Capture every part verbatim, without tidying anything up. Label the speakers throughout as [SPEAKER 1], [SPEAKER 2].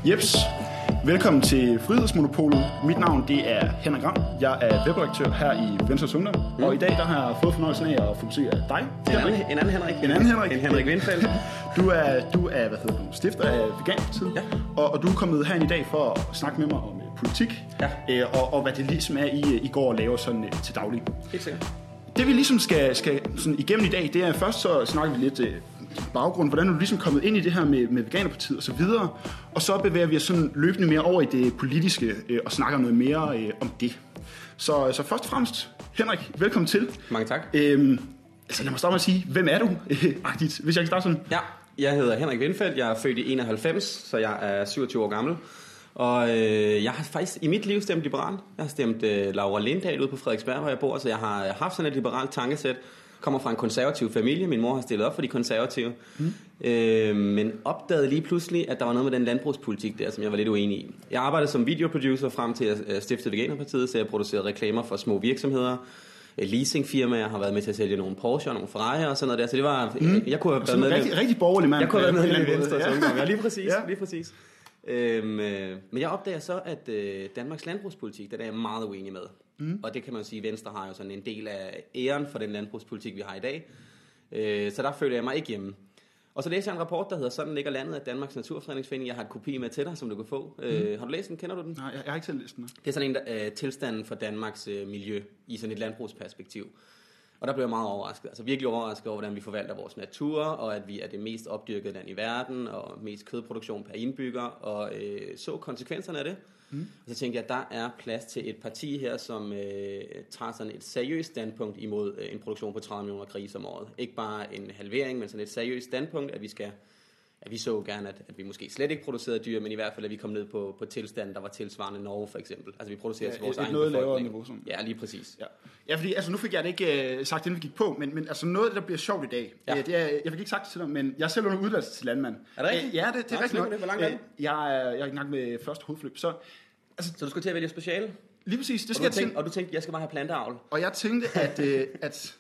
[SPEAKER 1] Jeps. Velkommen til Frihedsmonopolet. Mit navn det er Henrik Ram. Jeg er webredaktør her i Venstres Ungdom. Mm. Og i dag der har jeg fået fornøjelsen af at fokusere dig.
[SPEAKER 2] En anden, en anden Henrik.
[SPEAKER 1] En anden Henrik.
[SPEAKER 2] En Henrik Windfeldt.
[SPEAKER 1] Du er, du er hvad hedder du, stifter af Veganerpartiet. Ja. Og, og du er kommet herind i dag for at snakke med mig om uh, politik. Ja. Øh, og, og hvad det ligesom er, I, I går og laver sådan uh, til daglig.
[SPEAKER 2] Helt sikkert.
[SPEAKER 1] Det vi ligesom skal, skal sådan igennem i dag, det er først så snakker vi lidt uh, baggrund, hvordan er du ligesom kommet ind i det her med, med Veganerpartiet og så videre. Og så bevæger vi os sådan løbende mere over i det politiske øh, og snakker noget mere øh, om det. Så, så først og fremmest, Henrik, velkommen til.
[SPEAKER 2] Mange tak.
[SPEAKER 1] Øhm, altså lad mig starte med at sige, hvem er du? Agtigt, hvis jeg kan starte sådan.
[SPEAKER 2] Ja, jeg hedder Henrik Windfeldt, jeg er født i enoghalvfems, så jeg er syvogtyve år gammel. Og øh, jeg har faktisk i mit liv stemt liberalt. Jeg har stemt øh, Laura Lindahl ude på Frederiksberg, hvor jeg bor, så jeg har haft sådan et liberalt tankesæt. Kommer fra en konservativ familie. Min mor har stillet op for de konservative. Mm. Øh, men opdagede lige pludselig, at der var noget med den landbrugspolitik der, som jeg var lidt uenig i. Jeg arbejdede som videoproducer frem til at stifte Veganerpartiet, så jeg producerede reklamer for små virksomheder. Leasingfirmaer, har været med til at sælge nogle Porsche og nogle Ferrari og sådan noget der. Så det var, mm. jeg kunne have været med.
[SPEAKER 1] Rigtig, rigtig borgerlig mand.
[SPEAKER 2] Jeg kunne have været med i Venstre. Ja. Ja, lige præcis. Ja. Lige præcis. Øhm, øh, men jeg opdager så, at øh, Danmarks landbrugspolitik, den er jeg meget uenig med. Mm. Og det kan man sige, at Venstre har jo sådan en del af æren for den landbrugspolitik, vi har i dag. Øh, så der føler jeg mig ikke hjemme. Og så læser jeg en rapport, der hedder Sådan ligger landet af Danmarks Naturfredningsforening. Jeg har et kopi med til dig, som du kan få. Mm. Øh, har du læst den? Kender du den?
[SPEAKER 1] Nej, jeg, jeg har ikke selv læst den.
[SPEAKER 2] Det er sådan en der, øh, tilstanden for Danmarks øh, miljø i sådan et landbrugsperspektiv. Og der blev jeg meget overrasket. Altså virkelig overrasket over, hvordan vi forvalter vores natur, og at vi er det mest opdyrkede land i verden, og mest kødproduktion per indbygger, og øh, så konsekvenserne af det. Mm. Og så tænkte jeg, at der er plads til et parti her, som øh, tager sådan et seriøst standpunkt imod øh, en produktion på tredive millioner grise om året. Ikke bare en halvering, men sådan et seriøst standpunkt, at vi skal... Ja, vi så gerne, at, at vi måske slet ikke producerede dyr, men i hvert fald, at vi kom ned på, på tilstanden, der var tilsvarende Norge, for eksempel. Altså, vi producerer ja, til vores
[SPEAKER 1] et, et
[SPEAKER 2] egen
[SPEAKER 1] noget
[SPEAKER 2] befolkning.
[SPEAKER 1] Lavere niveau, sådan.
[SPEAKER 2] Ja, lige præcis.
[SPEAKER 1] Ja, ja fordi altså, nu fik jeg det ikke uh, sagt, inden vi gik på, men, men altså, noget, der bliver sjovt i dag, ja. det er, jeg fik ikke sagt det til dig, men jeg er selv under uddannelse til landmand.
[SPEAKER 2] Er det rigtigt?
[SPEAKER 1] Ja, det, det er rigtigt nok.
[SPEAKER 2] Hvor langt er det?
[SPEAKER 1] Jeg er, jeg er i gang med første hovedforløb, så...
[SPEAKER 2] Altså, så du skal til at vælge speciale?
[SPEAKER 1] Lige præcis, det
[SPEAKER 2] og
[SPEAKER 1] skal jeg
[SPEAKER 2] tænke. Og du tænkte, jeg skal bare have planteavl?
[SPEAKER 1] Og jeg tænkte, at, øh, at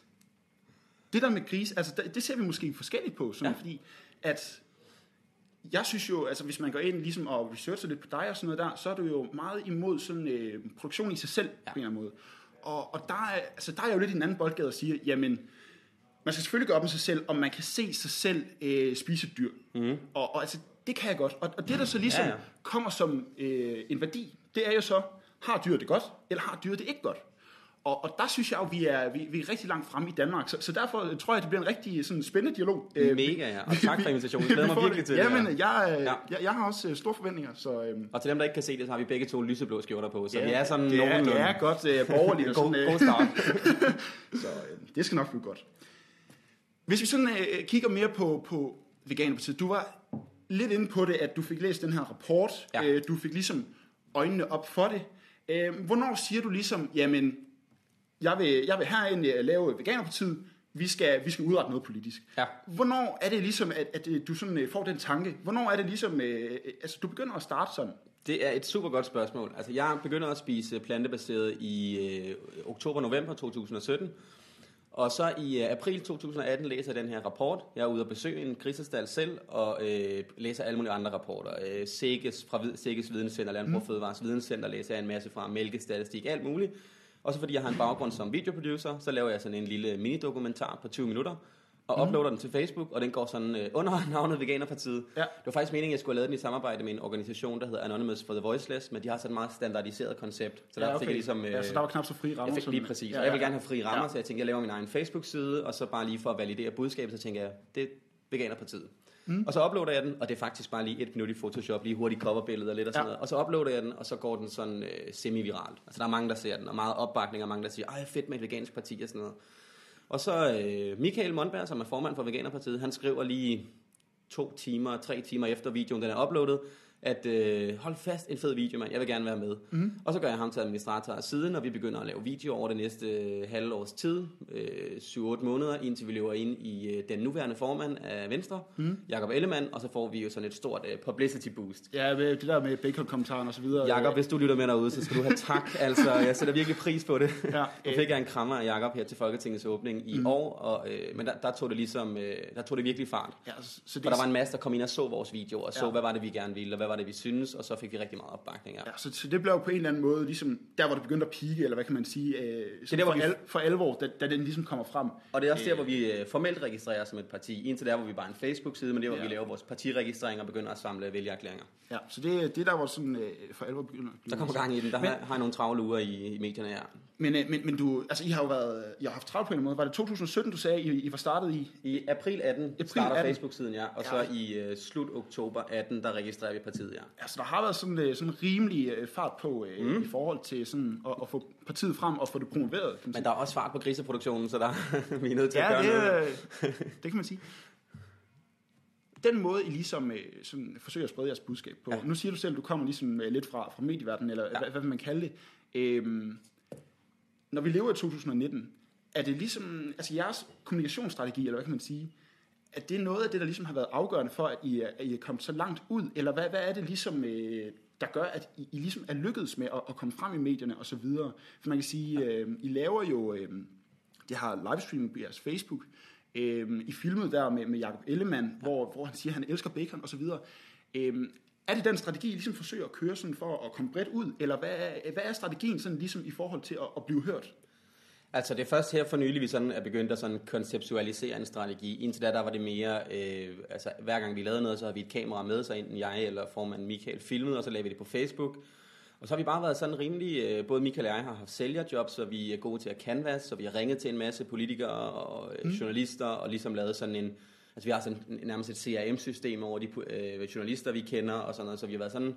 [SPEAKER 1] det der med grise, altså det, det ser vi måske forskelligt på, sådan, ja. Fordi at... Jeg synes jo, altså hvis man går ind ligesom og researcher lidt på dig og sådan noget der, så er du jo meget imod sådan øh, produktion i sig selv, ja. På en eller anden måde. Og, og der, er, altså, der er jo lidt en anden boldgade at sige, jamen, man skal selvfølgelig gøre op med sig selv, om man kan se sig selv øh, spise dyr. Mm-hmm. Og, og altså, det kan jeg godt. Og, og det der så ligesom ja, ja. kommer som øh, en værdi, det er jo så, har dyret det godt, eller har dyret det ikke godt? Og, og der synes jeg jo, vi er, vi, vi er rigtig langt fremme i Danmark. Så, så derfor tror jeg, det bliver en rigtig sådan, spændende dialog.
[SPEAKER 2] Mega, ja. Og tak for invitationen. Jeg glæder mig virkelig til det.
[SPEAKER 1] Jamen, jeg, ja. jeg, jeg har også store forventninger. Så, øhm.
[SPEAKER 2] Og til dem, der ikke kan se det, så har vi begge to lyseblå skjorter på. Så
[SPEAKER 1] ja,
[SPEAKER 2] vi er sådan
[SPEAKER 1] det er, det er godt uh, borgerligt. og sådan,
[SPEAKER 2] god, god start.
[SPEAKER 1] Så øh, det skal nok blive godt. Hvis vi sådan uh, kigger mere på, på Veganerpartiet. Du var lidt inde på det, at du fik læst den her rapport. Ja. Uh, du fik ligesom øjnene op for det. Uh, hvornår siger du ligesom, jamen... Jeg vil, jeg vil herinde lave Veganerpartiet. Vi skal, vi skal udrette noget politisk. Ja. Hvornår er det ligesom, at, at du sådan får den tanke? Hvornår er det ligesom, øh, altså du begynder at starte sådan?
[SPEAKER 2] Det er et super godt spørgsmål. Altså jeg begynder at spise plantebaseret i øh, oktober-november to tusind og sytten. Og så i øh, april to tusind og atten læser jeg den her rapport. Jeg er ude og besøge en grisestald selv, og øh, læser alle mulige andre rapporter. Øh, Sækkes fra Sækkes Videnscenter, Landbrug og Fødevares Videnscenter, læser jeg en masse fra, mælkestatistik, alt muligt. Også fordi jeg har en baggrund som videoproducer, så laver jeg sådan en lille mini-dokumentar på tyve minutter, og mm. uploader den til Facebook, og den går sådan øh, under navnet Veganerpartiet. Ja. Det var faktisk meningen, at jeg skulle have lavet den i samarbejde med en organisation, der hedder Anonymous for the Voiceless, men de har sådan et meget standardiseret koncept. Så der,
[SPEAKER 1] ja, okay.
[SPEAKER 2] fik jeg, ligesom, øh,
[SPEAKER 1] ja, så der var knap så fri rammer.
[SPEAKER 2] Jeg fik lige præcis, ja, ja. Og jeg vil gerne have fri rammer, ja. Så jeg tænkte, jeg laver min egen Facebook-side, og så bare lige for at validere budskabet, så tænker jeg, det er Veganerpartiet. Mm. Og så uploader jeg den, og det er faktisk bare lige et minut i Photoshop, lige hurtigt coverbilleder og lidt og sådan ja. noget. Og så uploader jeg den, og så går den sådan øh, semi-viralt. Altså der er mange, der ser den, og meget opbakning, og mange, der siger, ej fedt med et vegansk parti og sådan noget. Og så øh, Michael Monberg, som er formand for Veganerpartiet, han skriver lige to timer, tre timer efter videoen, den er uploadet, at øh, hold fast, en fed video, mand, jeg vil gerne være med. Mm. Og så gør jeg ham til administrator af siden, og vi begynder at lave video over det næste øh, halve års tid, øh, syv otte måneder, indtil vi løber ind i øh, den nuværende formand af Venstre, mm. Jakob Ellemann, og så får vi jo sådan et stort øh, publicity boost.
[SPEAKER 1] Ja, det der med bacon-kommentaren og så videre.
[SPEAKER 2] Jakob, hvis du lytter med derude, så skal du have tak, altså, jeg sætter virkelig pris på det. Ja, nu fik jeg en krammer af Jakob her til Folketingets åbning i mm. år, og, øh, men der, der tog det ligesom, øh, der tog det virkelig fart. Ja, så det, og der var en masse, der kom ind og så vores videoer, og så, ja. hvad var det, vi gerne ville, og hvad var var det, vi synes, og så fik vi rigtig meget opbakning. Ja.
[SPEAKER 1] Ja, så, så det blev jo på en eller anden måde, ligesom der, hvor det begyndte at pike, eller hvad kan man sige, øh, det er der, for, vi... al, for alvor, da, da den ligesom kommer frem.
[SPEAKER 2] Og det er også der, hvor vi øh, formelt registrerer som et parti, indtil der, hvor vi bare er en Facebook-side, men det er, hvor ja. vi laver vores partiregistrering og begynder at samle vælgererklæringer.
[SPEAKER 1] Ja, så det, det er der, hvor sådan øh, for alvor begynder at blive...
[SPEAKER 2] Der kommer gang i den, der men, har, har nogle travle uger i, i medierne, ja.
[SPEAKER 1] Men, øh, men, men du, altså I har jo været, I har haft travlt på en måde. Var det to tusind sytten, du sagde, I, I var startet i?
[SPEAKER 2] I april atten april starter atten Facebook-siden, ja. Og ja. så i uh, slut oktober atten, der registrerer vi partiet, ja.
[SPEAKER 1] Altså der har været sådan, uh, sådan rimelig uh, fart på uh, mm. i forhold til sådan at, at få partiet frem og få det promoveret.
[SPEAKER 2] Men der er også fart på griseproduktionen, så der vi er nødt til
[SPEAKER 1] ja,
[SPEAKER 2] at gøre
[SPEAKER 1] det,
[SPEAKER 2] noget.
[SPEAKER 1] Det kan man sige. Den måde, I ligesom uh, sådan, forsøger at sprede jeres budskab på. Ja. Nu siger du selv, at du kommer ligesom uh, lidt fra, fra medieverdenen, eller ja. hvad, hvad vil man kalde det. Um, når vi lever i to tusind nitten, er det ligesom, altså jeres kommunikationsstrategi, eller hvad kan man sige, at det er noget af det, der ligesom har været afgørende for, at I er, at I er kommet så langt ud, eller hvad, hvad er det ligesom, øh, der gør, at I, I ligesom er lykkedes med at, at komme frem i medierne og så videre? For man kan sige, øh, I laver jo øh, det her livestreaming på jeres Facebook, øh, I filmede der med, med Jacob Ellemann, ja. hvor, hvor han siger, at han elsker bacon og så videre. Øh, er det den strategi, I ligesom forsøger at køre sådan for at komme bredt ud, eller hvad er, hvad er strategien sådan ligesom i forhold til at, at blive hørt?
[SPEAKER 2] Altså det er først her for nylig, vi sådan er begyndt at sådan konceptualisere en strategi. Indtil da, der var det mere, øh, altså hver gang vi lavede noget, så havde vi et kamera med, så enten jeg eller formanden Michael filmede, og så lavede vi det på Facebook. Og så har vi bare været sådan rimelig, øh, både Michael og jeg har haft sælgerjobs, så vi er gode til at canvas, så vi har ringet til en masse politikere og øh, mm. journalister, og ligesom lavet sådan en, altså vi har sådan en, nærmest et C R M-system over de øh, journalister, vi kender, og sådan noget, så vi har været sådan,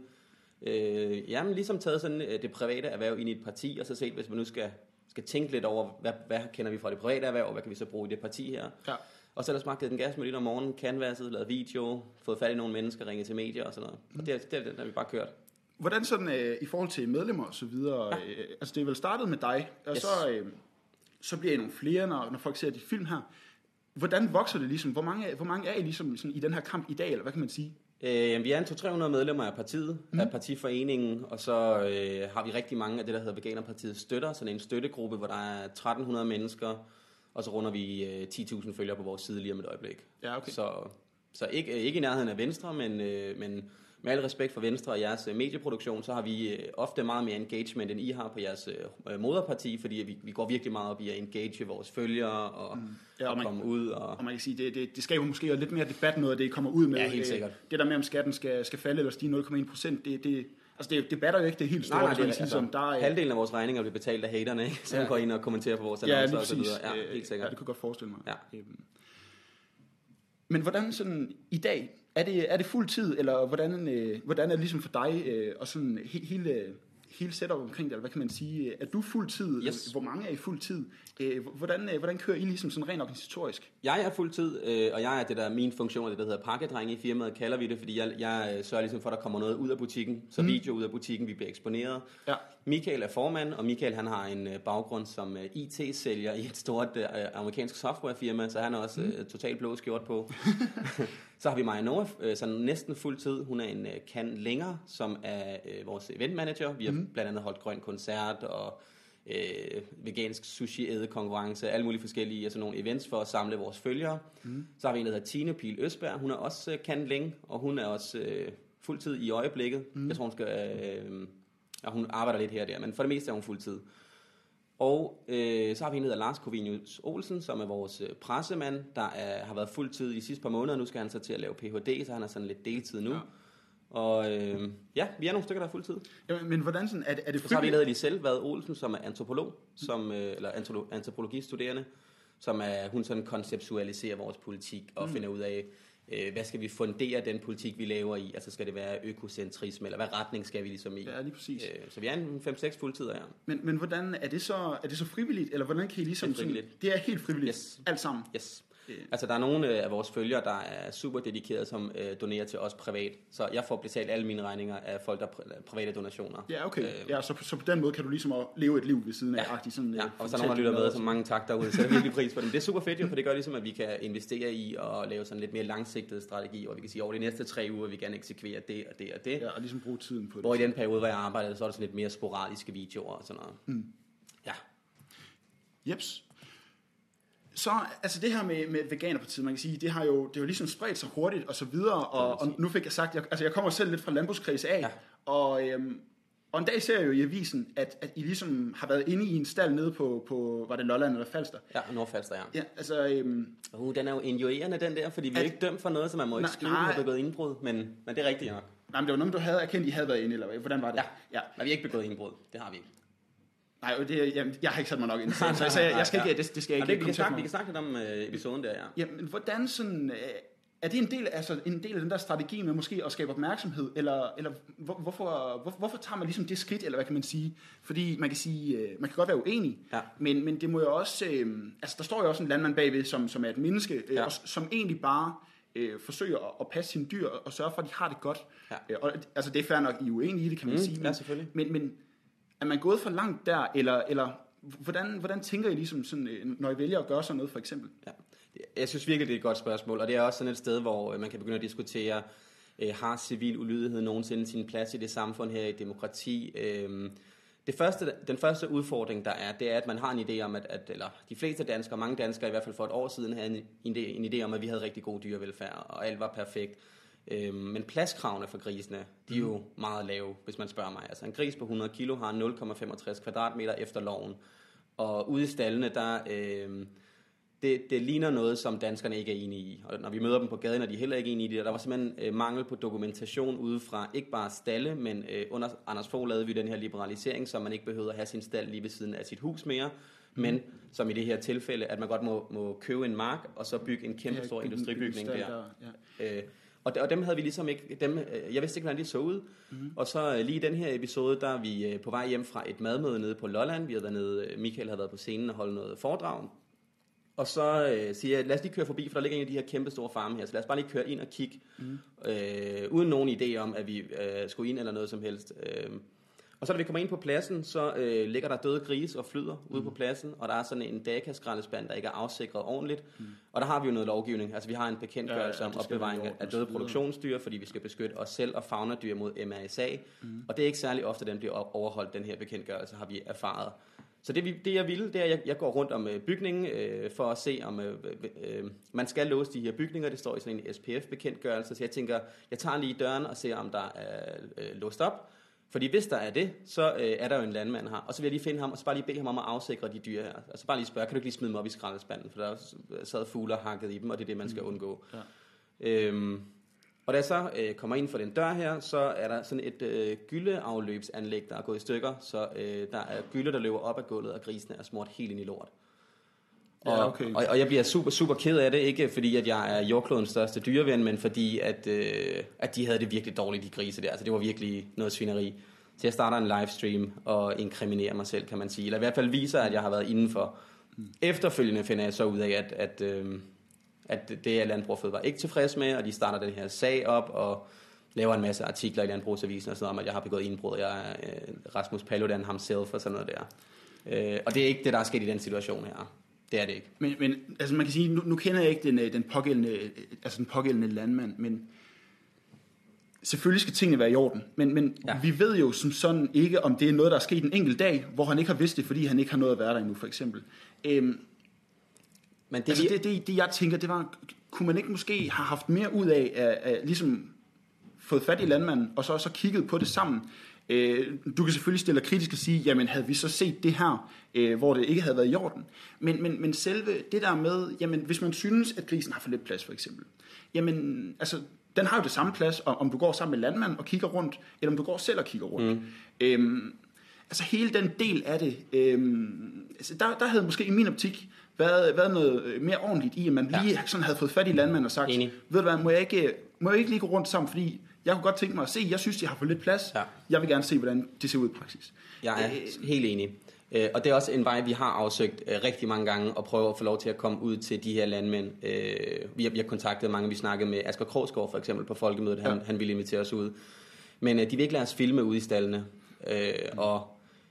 [SPEAKER 2] øh, jamen ligesom taget sådan øh, det private erhverv ind i et parti, og så set, hvis man nu skal skal tænke lidt over, hvad, hvad kender vi fra det private erhverv, og hvad kan vi så bruge i det parti her. Ja. Og så ellers magtet den gas med lidt om morgenen, canvaset, lavet video, fået fat i nogle mennesker, ringet til medier og sådan noget. Mm. Og det, det er den, der vi bare kørt. Hvordan
[SPEAKER 1] sådan, øh, i forhold til medlemmer og så videre, ja. øh, altså det er vel startet med dig, og yes. så, øh, så bliver I nogle flere, når, når folk ser de film her. Hvordan vokser det ligesom? Hvor mange, hvor mange er I ligesom sådan, i den her kamp i dag, eller hvad kan man sige?
[SPEAKER 2] Øh, vi er en to til tre hundrede medlemmer af partiet, mm. af partiforeningen, og så øh, har vi rigtig mange af det, der hedder Veganerpartiets støtter, sådan en støttegruppe, hvor der er tretten hundrede mennesker, og så runder vi øh, ti tusind følgere på vores side lige om et øjeblik.
[SPEAKER 1] Ja, okay.
[SPEAKER 2] Så, så ikke, ikke i nærheden af Venstre, men, øh, men med al respekt for Venstre og jeres medieproduktion, så har vi øh, ofte meget mere engagement, end I har på jeres øh, moderparti, fordi vi, vi går virkelig meget op i at engage vores følgere og, mm. ja, og, og man, komme ud. Og,
[SPEAKER 1] og man kan sige, det, det, det skaber måske lidt mere debat, noget af det I kommer ud med.
[SPEAKER 2] Ja, helt sikkert.
[SPEAKER 1] Det der med, om skatten skal, skal falde eller stige nul komma en procent, det, det, altså det debatter jo ikke det helt store. Nej, nej, det,
[SPEAKER 2] altså, sådan, der er, halvdelen af vores regninger bliver betalt af haterne, ikke? Som ja. går ind og kommenterer på vores annoncer
[SPEAKER 1] ja,
[SPEAKER 2] og så videre. Ja, helt sikkert.
[SPEAKER 1] Ja, det kunne godt forestille mig.
[SPEAKER 2] Ja.
[SPEAKER 1] Men hvordan sådan i dag, er det, er det fuld tid, eller hvordan, øh, hvordan er det ligesom for dig, øh, og sådan he, hele, hele setup omkring det, eller hvad kan man sige, er du fuld tid,
[SPEAKER 2] yes.
[SPEAKER 1] Hvor mange er I fuld tid, øh, hvordan, øh, hvordan kører I ligesom sådan rent organisatorisk?
[SPEAKER 2] Jeg er fuld tid, øh, og jeg er det der, min funktion, det der hedder pakkedreng i firmaet, kalder vi det, fordi jeg, jeg sørger ligesom for, at der kommer noget ud af butikken, så mm. video ud af butikken, vi bliver eksponeret. Ja. Michael er formand, og Michael han har en øh, baggrund som øh, I T-sælger i et stort øh, amerikansk softwarefirma, så han er også øh, totalt blå skjort på. Så har vi Maja Noah, øh, sådan næsten fuld tid. Hun er en øh, kan længere, som er øh, vores eventmanager. Vi har mm. blandt andet holdt grøn koncert og øh, vegansk sushi-æde-konkurrence, alle mulige forskellige altså nogle events for at samle vores følgere. Mm. Så har vi en, der hedder Tine Pil Østberg. Hun er også øh, kan længe, og hun er også øh, fuld tid i øjeblikket. Mm. Jeg tror, hun skal... Øh, ja, hun arbejder lidt her og der, men for det meste er hun fuld tid. Og øh, så har vi en, der hedder Lars Kovinius Olsen, som er vores øh, pressemand, der er, har været fuld tid i de sidste par måneder. Nu skal han så til at lave P H D, så han er sådan lidt deltid nu. Ja. Og øh, ja, vi er nogle stykker, der er fuld tid.
[SPEAKER 1] Ja, men hvordan sådan, er det, er det
[SPEAKER 2] så har vi en, der hedder Lisel Vad Olsen, som er antropolog, som, øh, eller antropologistuderende, som er, hun sådan konceptualiserer vores politik og mm. finder ud af, øh, hvad skal vi fundere den politik, vi laver i? Altså skal det være økocentrisme, eller hvad retning skal vi ligesom i?
[SPEAKER 1] Ja, lige præcis.
[SPEAKER 2] Øh, så vi er en fem seks fuldtider, ja.
[SPEAKER 1] Men, men hvordan, er det, så, er det så frivilligt, eller hvordan kan I ligesom...
[SPEAKER 2] Det er frivilligt.
[SPEAKER 1] Sådan, det er helt frivilligt,
[SPEAKER 2] yes.
[SPEAKER 1] alt sammen?
[SPEAKER 2] Yes. Altså der er nogle af vores følgere, der er super dedikerede, som øh, donerer til os privat. Så jeg får betalt alle mine regninger af folk, der er private donationer.
[SPEAKER 1] Ja, okay. Øh, ja, så, så på den måde kan du ligesom leve et liv ved siden af.
[SPEAKER 2] Ja,
[SPEAKER 1] sådan,
[SPEAKER 2] ja. og så er nogen, der lytter med, så mange tak derude. Så er det virkelig pris for dem. Det er super fedt jo, for det gør ligesom, at vi kan investere i og lave sådan lidt mere langsigtet strategi, og vi kan sige, over de næste tre uger, vi kan eksekvere det og det og det.
[SPEAKER 1] Ja, og ligesom bruge tiden på det.
[SPEAKER 2] Hvor i den periode, hvor jeg arbejdede, så er der sådan lidt mere sporadiske videoer og sådan noget.
[SPEAKER 1] Mm.
[SPEAKER 2] Ja.
[SPEAKER 1] Jeps. Så, altså det her med, med Veganerpartiet, man kan sige, det har jo, det har jo ligesom spredt sig hurtigt og så videre, og, og nu fik jeg sagt, jeg, altså jeg kommer selv lidt fra landbrugskreds af, ja. og, øhm, og en dag ser jeg jo i avisen, at, at I ligesom har været inde i en stald nede på, på var det Lolland eller Falster?
[SPEAKER 2] Ja, Nordfalster, ja.
[SPEAKER 1] Ja, altså... Øhm,
[SPEAKER 2] uh, den er jo injurerende, den der, fordi vi at, er ikke dømt for noget, så man må ikke skrive, at vi har begået indbrud, men, men det er rigtigt nok.
[SPEAKER 1] Nej, men det var nogen, du havde erkendt, I havde været inde, eller hvordan var det?
[SPEAKER 2] Ja, ja. Men vi har ikke begået indbrud, det har vi ikke.
[SPEAKER 1] Nej, det, jamen, jeg har ikke sat mig nok ind, så, så, så jeg, jeg skal ikke, det, det skal jeg ikke.
[SPEAKER 2] Det, vi, kan snakke, vi kan snakke lidt om øh, episoden der, ja.
[SPEAKER 1] Jamen, hvordan sådan, øh, er det en del, altså, en del af den der strategi med måske at skabe opmærksomhed, eller, eller hvor, hvorfor, hvor, hvorfor tager man ligesom det skridt, eller hvad kan man sige? Fordi man kan sige, øh, man kan godt være uenig, ja. men, men det må jo også, øh, altså der står jo også en landmand bagved, som, som er et menneske, øh, ja. og, som egentlig bare øh, forsøger at, at passe sine dyr, og, og sørge for, at de har det godt. Ja. Øh, og, altså det er fair nok, I er uenige i det, kan man
[SPEAKER 2] mm,
[SPEAKER 1] sige. Men,
[SPEAKER 2] ja, selvfølgelig.
[SPEAKER 1] Men, men er man gået for langt der, eller, eller hvordan, hvordan tænker I ligesom, sådan, når I vælger at gøre sådan noget, for eksempel?
[SPEAKER 2] Ja. Jeg synes virkelig, det er et godt spørgsmål, og det er også sådan et sted, hvor man kan begynde at diskutere, øh, har civil ulydighed nogensinde sin plads i det samfund her, i demokrati? Øh, det første, den første udfordring, der er, det er, at man har en idé om, at, at eller de fleste danskere, mange danskere i hvert fald for et år siden, havde en idé, en idé om, at vi havde rigtig god dyrevelfærd, og alt var perfekt. Øh, men pladskravene for grisene, de er jo meget lave, hvis man spørger mig. Altså en gris på hundrede kilo har nul komma femogtres kvadratmeter efter loven, og ude i stallene, der... Øh, Det, det ligner noget, som danskerne ikke er enige i. Og når vi møder dem på gaden, er de heller ikke enige i det. Der var simpelthen øh, mangel på dokumentation udefra, ikke bare stalle, men øh, under Anders Fogh lavede vi den her liberalisering, så man ikke behøver at have sin stald lige ved siden af sit hus mere. Mm. Men som i det her tilfælde, at man godt må, må købe en mark, og så bygge en kæmpe stor ja, industribygning der. der ja. øh, og, og dem havde vi ligesom ikke, dem, øh, jeg vidste ikke, hvordan de så ud. Mm. Og så øh, lige i den her episode, der er vi øh, på vej hjem fra et madmøde nede på Lolland. Vi havde været nede, Michael havde været på scenen og holdt noget foredrag. Og så øh, siger jeg, lad os lige køre forbi, for der ligger en af de her kæmpe store farme her, så lad os bare lige køre ind og kigge, mm. øh, uden nogen idé om, at vi øh, skulle ind eller noget som helst. Øh, og så når vi kommer ind på pladsen, så øh, ligger der døde grise og flyder mm. ude på pladsen, og der er sådan en daka-skraldespand, der ikke er afsikret ordentligt. Mm. Og der har vi jo noget lovgivning, altså vi har en bekendtgørelse ja, ja, om opbevaring af døde produktionsdyr, fordi vi skal beskytte os selv og faunadyr mod M R S A. Mm. Og det er ikke særlig ofte, den bliver overholdt, den her bekendtgørelse, har vi erfaret. Så det, det jeg vil, det er, at jeg, jeg går rundt om øh, bygningen øh, for at se, om øh, øh, man skal låse de her bygninger. Det står i sådan en S P F-bekendtgørelse, så jeg tænker, jeg tager lige døren og ser, om der er øh, låst op. Fordi hvis der er det, så øh, er der jo en landmand her. Og så vil jeg lige finde ham, og så bare lige bede ham om at afsikre de dyr her. Altså bare lige spørge, kan du ikke lige smide dem op i skraldespanden? For der sad fugle og hakket i dem, og det er det, man skal undgå. Ja. Øhm, Og da jeg så øh, kommer ind for den dør her, så er der sådan et øh, gylleafløbsanlæg, der er gået i stykker. Så øh, der er gylde, der løber op ad gulvet, og grisene er smurt helt ind i lort. Og, ja, okay. og, og jeg bliver super, super ked af det, ikke fordi at jeg er jordklodens største dyreven, men fordi at, øh, at de havde det virkelig dårligt, de grise der. Altså det var virkelig noget svineri. Så jeg starter en livestream og inkriminerer mig selv, kan man sige. Eller i hvert fald viser, at jeg har været indenfor. Mm. Efterfølgende finder jeg så ud af, at... at øh, at det er Landbrug & Fødevarer ikke tilfreds med, og de starter den her sag op og laver en masse artikler i Landbrugsavisen og sådan noget om, at jeg har begået indbrud, jeg er øh, Rasmus Paludan himself og sådan noget der. Øh, og det er ikke det, der er sket i den situation her. Det er det ikke.
[SPEAKER 1] Men, men altså man kan sige, nu, nu kender jeg ikke den, den, pågældende, altså den pågældende landmand, men selvfølgelig skal tingene være i orden. Men, men ja. vi ved jo som sådan ikke, om det er noget, der er sket en enkelt dag, hvor han ikke har vidst det, fordi han ikke har noget at være der endnu, for eksempel. Øhm, Men det, altså det, det, det jeg tænker, det var, kunne man ikke måske have haft mere ud af, at, at ligesom fået fat i landmanden, og så så kigget på det sammen. Øh, du kan selvfølgelig stille dig kritisk og sige, jamen havde vi så set det her, øh, hvor det ikke havde været i orden. Men, men, men selve det der med, jamen hvis man synes, at grisen har for lidt plads for eksempel, jamen altså, den har jo det samme plads, om du går sammen med landmanden og kigger rundt, eller om du går selv og kigger rundt. Mm. Øhm, altså hele den del af det, øhm, altså der, der havde måske i min optik været, været noget mere ordentligt i, at man lige ja. sådan havde fået fat i landmanden og sagt, Enig. ved du hvad, må jeg, ikke, må jeg ikke lige gå rundt sammen, fordi jeg kunne godt tænke mig at se, jeg synes, jeg har for lidt plads, ja. jeg vil gerne se, hvordan det ser ud i praksis.
[SPEAKER 2] Jeg er øh, helt enig. Øh, og det er også en vej, vi har afsøgt øh, rigtig mange gange, og prøve at få lov til at komme ud til de her landmænd. Øh, vi, har, vi har kontaktet mange, vi snakkede med Asger Krogsgaard for eksempel på Folkemødet, han, ja. han ville invitere os ud. Men øh, de vil ikke lade os filme ude i stallene, øh, mm. og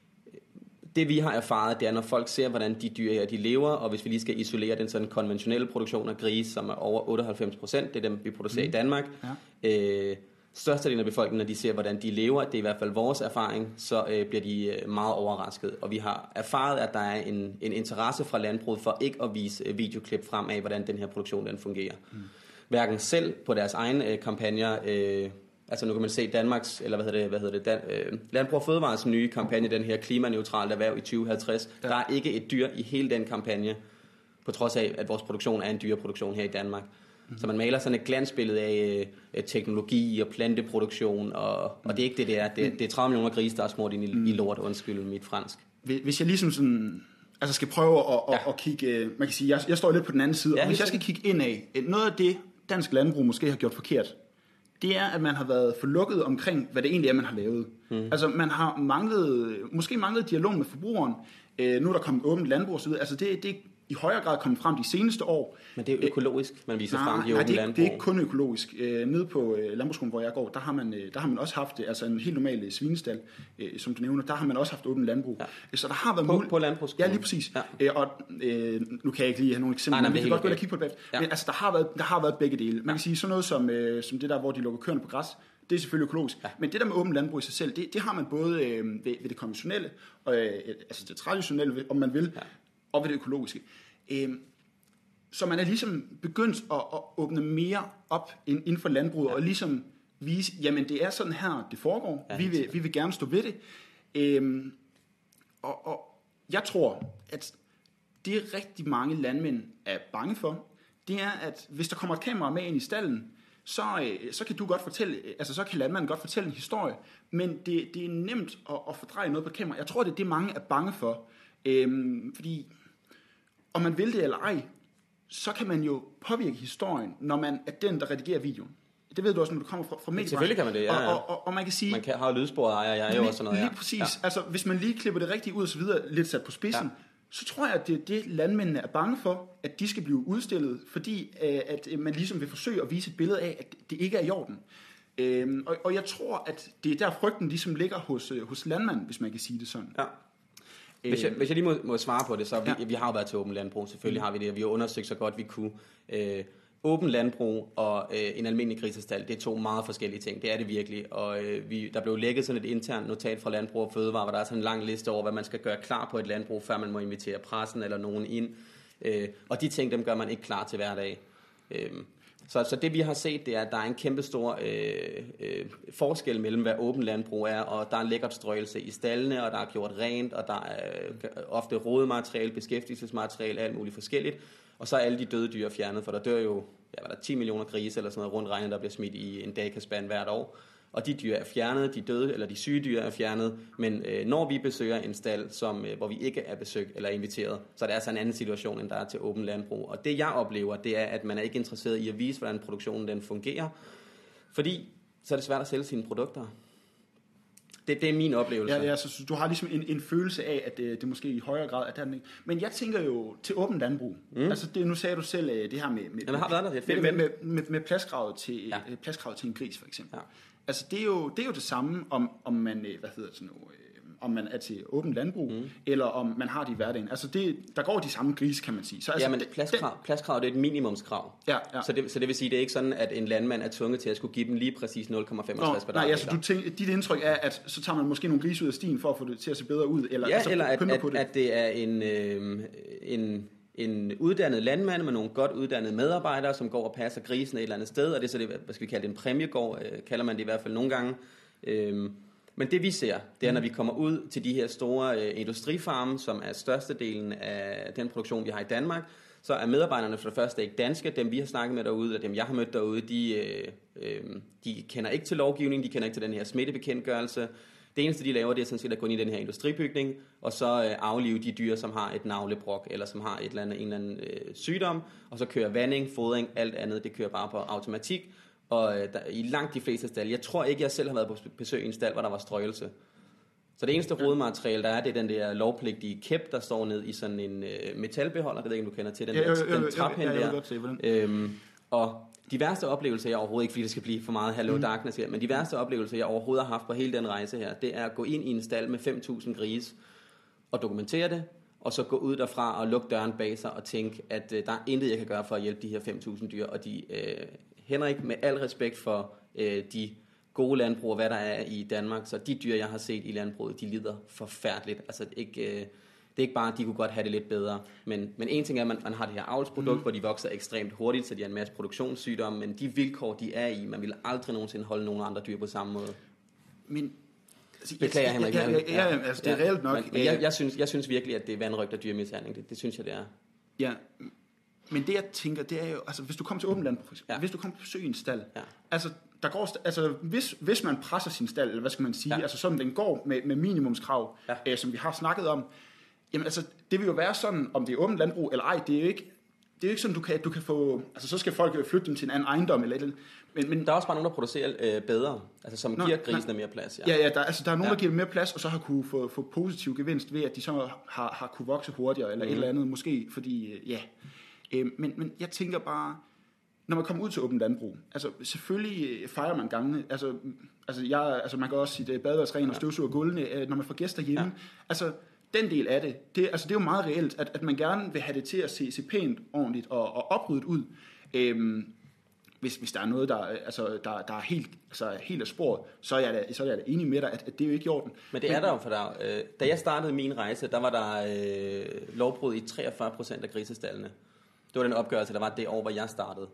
[SPEAKER 2] det vi har erfaret, det er, når folk ser, hvordan de dyr her de lever, og hvis vi lige skal isolere den sådan konventionelle produktion af grise, som er over otteoghalvfems procent, det er dem, vi producerer mm. i Danmark, ja. øh, størstedelen af befolkningen, når de ser, hvordan de lever, det er i hvert fald vores erfaring, så øh, bliver de øh, meget overrasket. Og vi har erfaret, at der er en, en interesse fra landbruget for ikke at vise øh, videoklip frem af, hvordan den her produktion den fungerer. Mm. Hverken selv på deres egne øh, kampagner, øh, altså nu kan man se Danmarks, eller hvad hedder det, hvad hedder det Dan, øh, Landbrug og Fødevarets nye kampagne, den her klimaneutrale erhverv i tyve halvtreds. Ja. Der er ikke et dyr i hele den kampagne, på trods af, at vores produktion er en dyreproduktion her i Danmark. Mm-hmm. Så man maler sådan et glansbillede af øh, teknologi og planteproduktion, og, og det er ikke det, det er. Det, det er tredive millioner grise, der er smurt ind i, mm. i lort, undskyld mit fransk.
[SPEAKER 1] Hvis jeg ligesom sådan, altså skal prøve at, ja. at, at kigge, man kan sige, jeg, jeg står lidt på den anden side, ja, og hvis jeg skal kigge indad, noget af det, dansk landbrug måske har gjort forkert, det er, at man har været for lukket omkring, hvad det egentlig er, man har lavet. Mm. Altså, man har manglet, måske manglet dialog med forbrugeren. Øh, nu er der kommet åbent landbrug og så videre. Altså, det, det er i højere grad kommet frem de seneste år.
[SPEAKER 2] Men det er jo økologisk, man viser
[SPEAKER 1] nej,
[SPEAKER 2] frem i
[SPEAKER 1] åbent
[SPEAKER 2] landbrug.
[SPEAKER 1] Nej, det er ikke kun økologisk. Øh, nede på øh, landbrugsskolen, hvor jeg går, der har man, øh, der har man også haft altså en helt normal svinestal, øh, som du nævner. Der har man også haft åbent landbrug. Ja. Så der har været
[SPEAKER 2] på,
[SPEAKER 1] muligt.
[SPEAKER 2] På landbrugsskolen?
[SPEAKER 1] Ja, lige præcis. Ja. Øh, og øh, nu kan jeg ikke lige have nogle eksempler,
[SPEAKER 2] nej, nej,
[SPEAKER 1] men vi kan godt gå ind og kigge på det.
[SPEAKER 2] Ja.
[SPEAKER 1] Men altså, der har været, der har været begge dele. Man
[SPEAKER 2] ja.
[SPEAKER 1] kan sige sådan noget som, øh, som det der, hvor de lukker køerne på græs. Det er selvfølgelig økologisk. Ja. Men det der med åbent landbrug i sig selv, det, det har man både øh, ved, ved det konventionelle, og, øh, altså det traditionelle, om man vil, ja. og ved det økologiske. Øh, så man er ligesom begyndt at, at åbne mere op inden for landbruget, ja. og ligesom vise, jamen det er sådan her, det foregår. Ja, vi, vil, vi vil gerne stå ved det. Øh, og, og jeg tror, at det rigtig mange landmænd er bange for, det er, at hvis der kommer et kamera med ind i stallen, så, så kan du godt fortælle, altså så kan landmanden godt fortælle en historie, men det, det er nemt at, at fordreje noget på kamera. Jeg tror, det er det, mange er bange for. Øhm, fordi om man vil det eller ej, så kan man jo påvirke historien, når man er den, der redigerer videoen. Det ved du også, når du kommer fra, fra mediebranchen.
[SPEAKER 2] Selvfølgelig kan man det, ja. ja.
[SPEAKER 1] Og, og, og, og man kan sige...
[SPEAKER 2] Man kan have lydsporet, ejer jeg jo og sådan noget.
[SPEAKER 1] Lige præcis. Ja. Altså, hvis man lige klipper det rigtigt ud og så videre, lidt sat på spidsen, ja. så tror jeg, at det er det, landmændene er bange for, at de skal blive udstillet, fordi at man ligesom vil forsøge at vise et billede af, at det ikke er i orden. Øhm, og, og jeg tror, at det er der frygten ligesom ligger hos, hos landmanden, hvis man kan sige det sådan.
[SPEAKER 2] Ja. Hvis jeg, hvis jeg lige må, må svare på det, så vi, ja. vi har jo været til åben landbrug, selvfølgelig mm. har vi det, og vi har undersøgt så godt vi kunne. Øh, åben landbrug og øh, en almindelig grisestal, det er to meget forskellige ting, det er det virkelig, og øh, vi, der blev lækket sådan et internt notat fra Landbrug og Fødevare, hvor der er sådan en lang liste over, hvad man skal gøre klar på et landbrug, før man må invitere pressen eller nogen ind, øh, og de ting, dem gør man ikke klar til hverdag. Øh, Så, så det vi har set, det er, at der er en kæmpe stor øh, øh, forskel mellem, hvad åben landbrug er, og der er en lækkert strøelse i stallene, og der er gjort rent, og der er øh, ofte rodemateriale, beskæftigelsesmateriale, alt muligt forskelligt. Og så er alle de døde dyr fjernet, for der dør jo ja, hvad der, ti millioner grise eller sådan noget rundt regnet, der bliver smidt i en dagkaspan hvert år. Og de dyr er fjernet, de døde eller de syge dyr er fjernet, men øh, når vi besøger en stald, som, øh, hvor vi ikke er besøgt eller inviteret, så er det altså en anden situation, end der er til åben landbrug. Og det jeg oplever, det er, at man er ikke interesseret i at vise, hvordan produktionen den fungerer, fordi så er det svært at sælge sine produkter. Det, det er min oplevelse.
[SPEAKER 1] Ja, ja, så du har ligesom en, en følelse af, at det, det måske i højere grad er der. Men jeg tænker jo til åben landbrug. Mm. Altså det, nu sagde du selv det her med med,
[SPEAKER 2] Jamen, har været der. Det er
[SPEAKER 1] med, med, med, med pladskravet til ja. pladskravet til en gris for eksempel.
[SPEAKER 2] Ja.
[SPEAKER 1] Altså det er jo det er jo det samme om om man hvad hedder det nu om man er til åben landbrug mm. eller om man har det i hverdagen. Altså det der går de samme grise, kan man sige. Så altså
[SPEAKER 2] ja, men pladskrav, pladskrav det er et minimumskrav.
[SPEAKER 1] Ja, ja.
[SPEAKER 2] Så det så det vil sige det er ikke sådan at en landmand er tvunget til at skulle give dem lige præcis nul komma femogtres kvadratmeter.
[SPEAKER 1] Nej, altså du tænker dit indtryk er at så tager man måske nogle grise ud af stien for at få det til at se bedre ud eller
[SPEAKER 2] ja,
[SPEAKER 1] altså,
[SPEAKER 2] eller at, at,
[SPEAKER 1] på det.
[SPEAKER 2] at det er en øh, en en uddannet landmand med nogle godt uddannede medarbejdere, som går og passer grisen et eller andet sted, og det er så det, hvad skal vi kalde det, en præmiegård, øh, kalder man det i hvert fald nogle gange. Øhm, men det vi ser, det er, når vi kommer ud til de her store øh, industrifarme, som er størstedelen af den produktion, vi har i Danmark, så er medarbejderne for det første ikke danske. Dem vi har snakket med derude, og dem jeg har mødt derude, de, øh, øh, de kender ikke til lovgivningen, de kender ikke til den her smittebekendtgørelse. Det eneste, de laver, det er sådan set at gå ind i den her industribygning, og så øh, aflive de dyr, som har et navlebrok, eller som har et eller andet, en eller anden øh, sygdom, og så kører vanding, fodring, alt andet, det kører bare på automatik. Og øh, der, i langt de fleste stald, jeg tror ikke, jeg selv har været på besøg i en stald, hvor der var strøgelse. Så det eneste rodemateriale, der er, det er den der lovpligtige kæp, der står ned i sådan en øh, metalbeholder, det ved ikke, om du kender til, den,
[SPEAKER 1] ja,
[SPEAKER 2] der,
[SPEAKER 1] jo, jo,
[SPEAKER 2] den traphen
[SPEAKER 1] ja, ja,
[SPEAKER 2] der. Øhm, og de værste oplevelser, jeg overhovedet ikke, fordi det skal blive for meget Hello mm. Darkness her, men de værste oplevelser, jeg overhovedet har haft på hele den rejse her, det er at gå ind i en stald med fem tusind grise og dokumentere det, og så gå ud derfra og lukke døren bag sig og tænke, at øh, der er intet, jeg kan gøre for at hjælpe de her fem tusind dyr. Og de, øh, Henrik, med al respekt for øh, de gode landbrug, og hvad der er i Danmark. Så de dyr, jeg har set i landbruget, de lider forfærdeligt. Altså ikke, øh, det er ikke bare, at de kunne godt have det lidt bedre. Men, men en ting er, at man, man har det her avlsprodukt, mm. hvor de vokser ekstremt hurtigt, så de har en masse produktionssygdomme. Men de vilkår, de er i, man vil aldrig nogensinde holde nogen andre dyr på samme måde.
[SPEAKER 1] Men altså,
[SPEAKER 2] beklager, Henrik.
[SPEAKER 1] Ja, ja, ja, ja, altså det er ja, reelt nok.
[SPEAKER 2] Men, men jeg, jeg, synes, jeg synes virkelig, at det er vanrøgt og dyrmishandling. Det, det synes jeg, det er.
[SPEAKER 1] Ja, men det jeg tænker, det er jo, altså hvis du kommer til åbent land, for eksempel, ja. hvis du kommer på besøg i en stald, ja. altså der går, altså hvis, hvis man presser sin stald, eller hvad skal man sige, ja. altså sådan den går med, med minimumskrav, ja. øh, som vi har snakket om, jamen altså det vil jo være sådan, om det er åbent landbrug eller ej, det er jo ikke, det er jo ikke sådan, du kan, du kan få, altså så skal folk flytte dem til en anden ejendom eller et eller andet. Men, men
[SPEAKER 2] der er også bare nogen, der producerer øh, bedre, altså som Nå, giver grisene mere plads.
[SPEAKER 1] Ja, ja, ja der, altså, der er nogen, ja. der giver dem mere plads, og så har kunne få, få positiv gevinst ved, at de så har, har kunne vokse hurtigere, eller mm. et eller andet, måske, fordi, øh, ja. Øh, men, men jeg tænker bare, når man kommer ud til åbent landbrug, altså selvfølgelig fejrer man gangene, altså, altså, jeg, altså man kan også sige, det er badeværdsren og støvsuger gulvene, øh, når man får gæster hjemme, ja. altså den del af det, det, altså, det er jo meget reelt, at, at man gerne vil have det til at se, se pænt, ordentligt og, og opryddet ud. Øh, Hvis, hvis der er noget, der, altså, der, der er helt, altså, helt af sporet, så er jeg da, så er jeg da enig med dig, at, at det er jo ikke i orden.
[SPEAKER 2] Men det er Men, der jo for dig. Øh, da jeg startede min rejse, der var der øh, lovbrud i treogfyrre procent af grisestallene. Det var den opgørelse, der var det år, hvor jeg startede.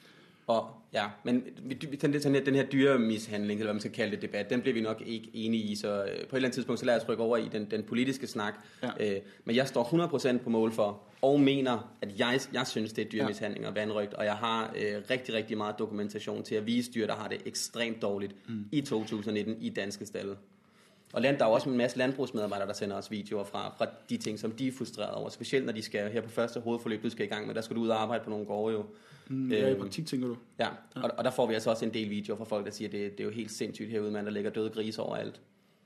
[SPEAKER 2] Og ja, men den, den, her, den her dyremishandling, eller hvad man skal kalde det, debat, den bliver vi nok ikke enige i, så øh, på et eller andet tidspunkt, så lader jeg os rykke over i den, den politiske snak. Ja. Øh, men jeg står hundrede procent på mål for, og mener, at jeg, jeg synes, det er dyremishandling og vanrøgt, og jeg har øh, rigtig, rigtig meget dokumentation til at vise dyr, der har det ekstremt dårligt mm. i to tusind nitten i danske stalde. Og land, der er også en masse landbrugsmedarbejdere, der sender os videoer fra, fra de ting, som de er frustrerede over. Specielt når de skal her på første hovedforløb, du skal i gang med, der skal du ud og arbejde på nogle gårde jo.
[SPEAKER 1] Mm, ja, i praktik, tænker du?
[SPEAKER 2] Ja, ja. Og, og der får vi altså også en del videoer fra folk, der siger, at det, det er jo helt sindssygt herude, man, der ligger døde grise overalt.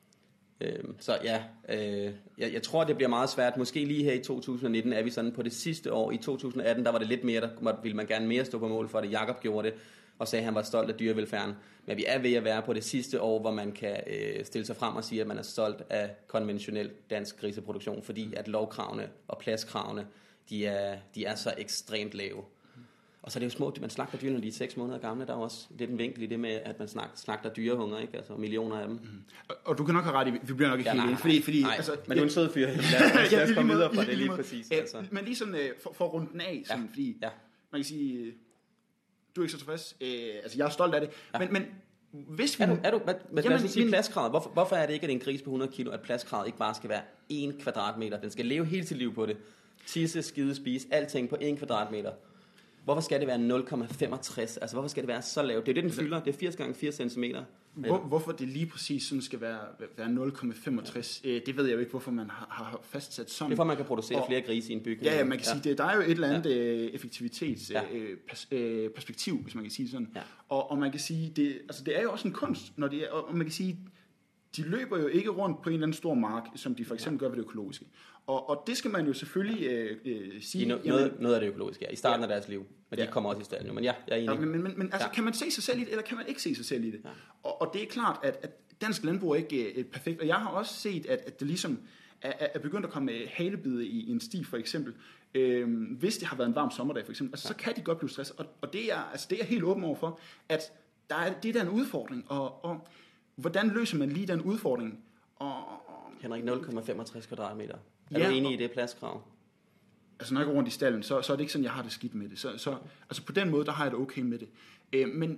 [SPEAKER 2] Øhm, så ja, øh, jeg, jeg tror, det bliver meget svært. Måske lige her i to tusind nitten er vi sådan på det sidste år. I to tusind atten, der var det lidt mere, der ville man gerne mere stå på mål for det. Jakob gjorde det, og sagde, at han var stolt af dyrevelfærden. Men vi er ved at være på det sidste år, hvor man kan øh, stille sig frem og sige, at man er stolt af konventionel dansk griseproduktion, fordi at lovkravene og pladskravene, de er, de er så ekstremt lave. Og så er det jo små, man slagter dyrene, når de er seks måneder gamle. Der er også lidt en vinkel i det med, at man slagter dyrehunger, ikke? Altså millioner af dem. Mm.
[SPEAKER 1] Og, og du kan nok have ret i, vi bliver nok ikke ja, helt enige. Fordi, fordi,
[SPEAKER 2] nej,
[SPEAKER 1] altså,
[SPEAKER 2] men du er en sød fyr. Lad os, lad os komme videre fra det lige præcis.
[SPEAKER 1] Altså. Men lige sådan, for, for rundt den af, sådan, ja. fordi ja. man kan sige, du er ikke så tilfreds. Øh, altså, jeg er stolt af det. Ja. Men, men hvis vi...
[SPEAKER 2] Er du, er du, hvad, hvad, jamen, hvad sige pladskravet? Hvorfor, hvorfor er det ikke, at en gris på hundrede kilo, at pladskravet ikke bare skal være en kvadratmeter? Den skal leve hele sit liv på det. Tisse, skide, spise, alting på en kvadratmeter. Hvorfor skal det være nul komma femogtres? Altså, hvorfor skal det være så lavt? Det er det, den fylder. Det er firs gange fire centimeter.
[SPEAKER 1] Hvor, hvorfor det lige præcis sådan skal være, være nul komma femogtres, ja. det ved jeg jo ikke, hvorfor man har, har fastsat sådan.
[SPEAKER 2] Det er for, man kan producere og, flere grise i en bygning.
[SPEAKER 1] Ja, ja man kan ja. sige, det, der er jo et eller andet ja. effektivitetsperspektiv, ja. perspektiv, hvis man kan sige sådan. Ja. Og, og man kan sige, det, altså, det er jo også en kunst, når det er, og man kan sige, de løber jo ikke rundt på en eller anden stor mark, som de for eksempel gør ved det økologiske. Og, og det skal man jo selvfølgelig øh, øh, sige.
[SPEAKER 2] No, noget, jamen, noget af det økologiske, ja. I starten ja. af deres liv. Men ja. de kommer også i stallen. Men ja, jeg er enig.
[SPEAKER 1] Ja, men, men, men altså, ja. kan man se sig selv i det, eller kan man ikke se sig selv i det? Ja. Og, og det er klart, at, at dansk landbrug er ikke øh, perfekt. Og jeg har også set, at, at det ligesom er, er begyndt at komme halebide i, i en sti, for eksempel. Øh, hvis det har været en varm sommerdag, for eksempel, altså, ja. så kan de godt blive stresset. Og, og det, er, altså, det er jeg helt åben over for, at der er, det er der en udfordring. Og, og hvordan løser man lige den udfordring? Og, og,
[SPEAKER 2] Henrik, nul komma femogtres kvadratmeter. Er ja, du enig i det pladskrav?
[SPEAKER 1] Altså når jeg går rundt i stallen, så, så er det ikke sådan, jeg har det skidt med det. Så, så, altså på den måde, der har jeg det okay med det. Øh, men,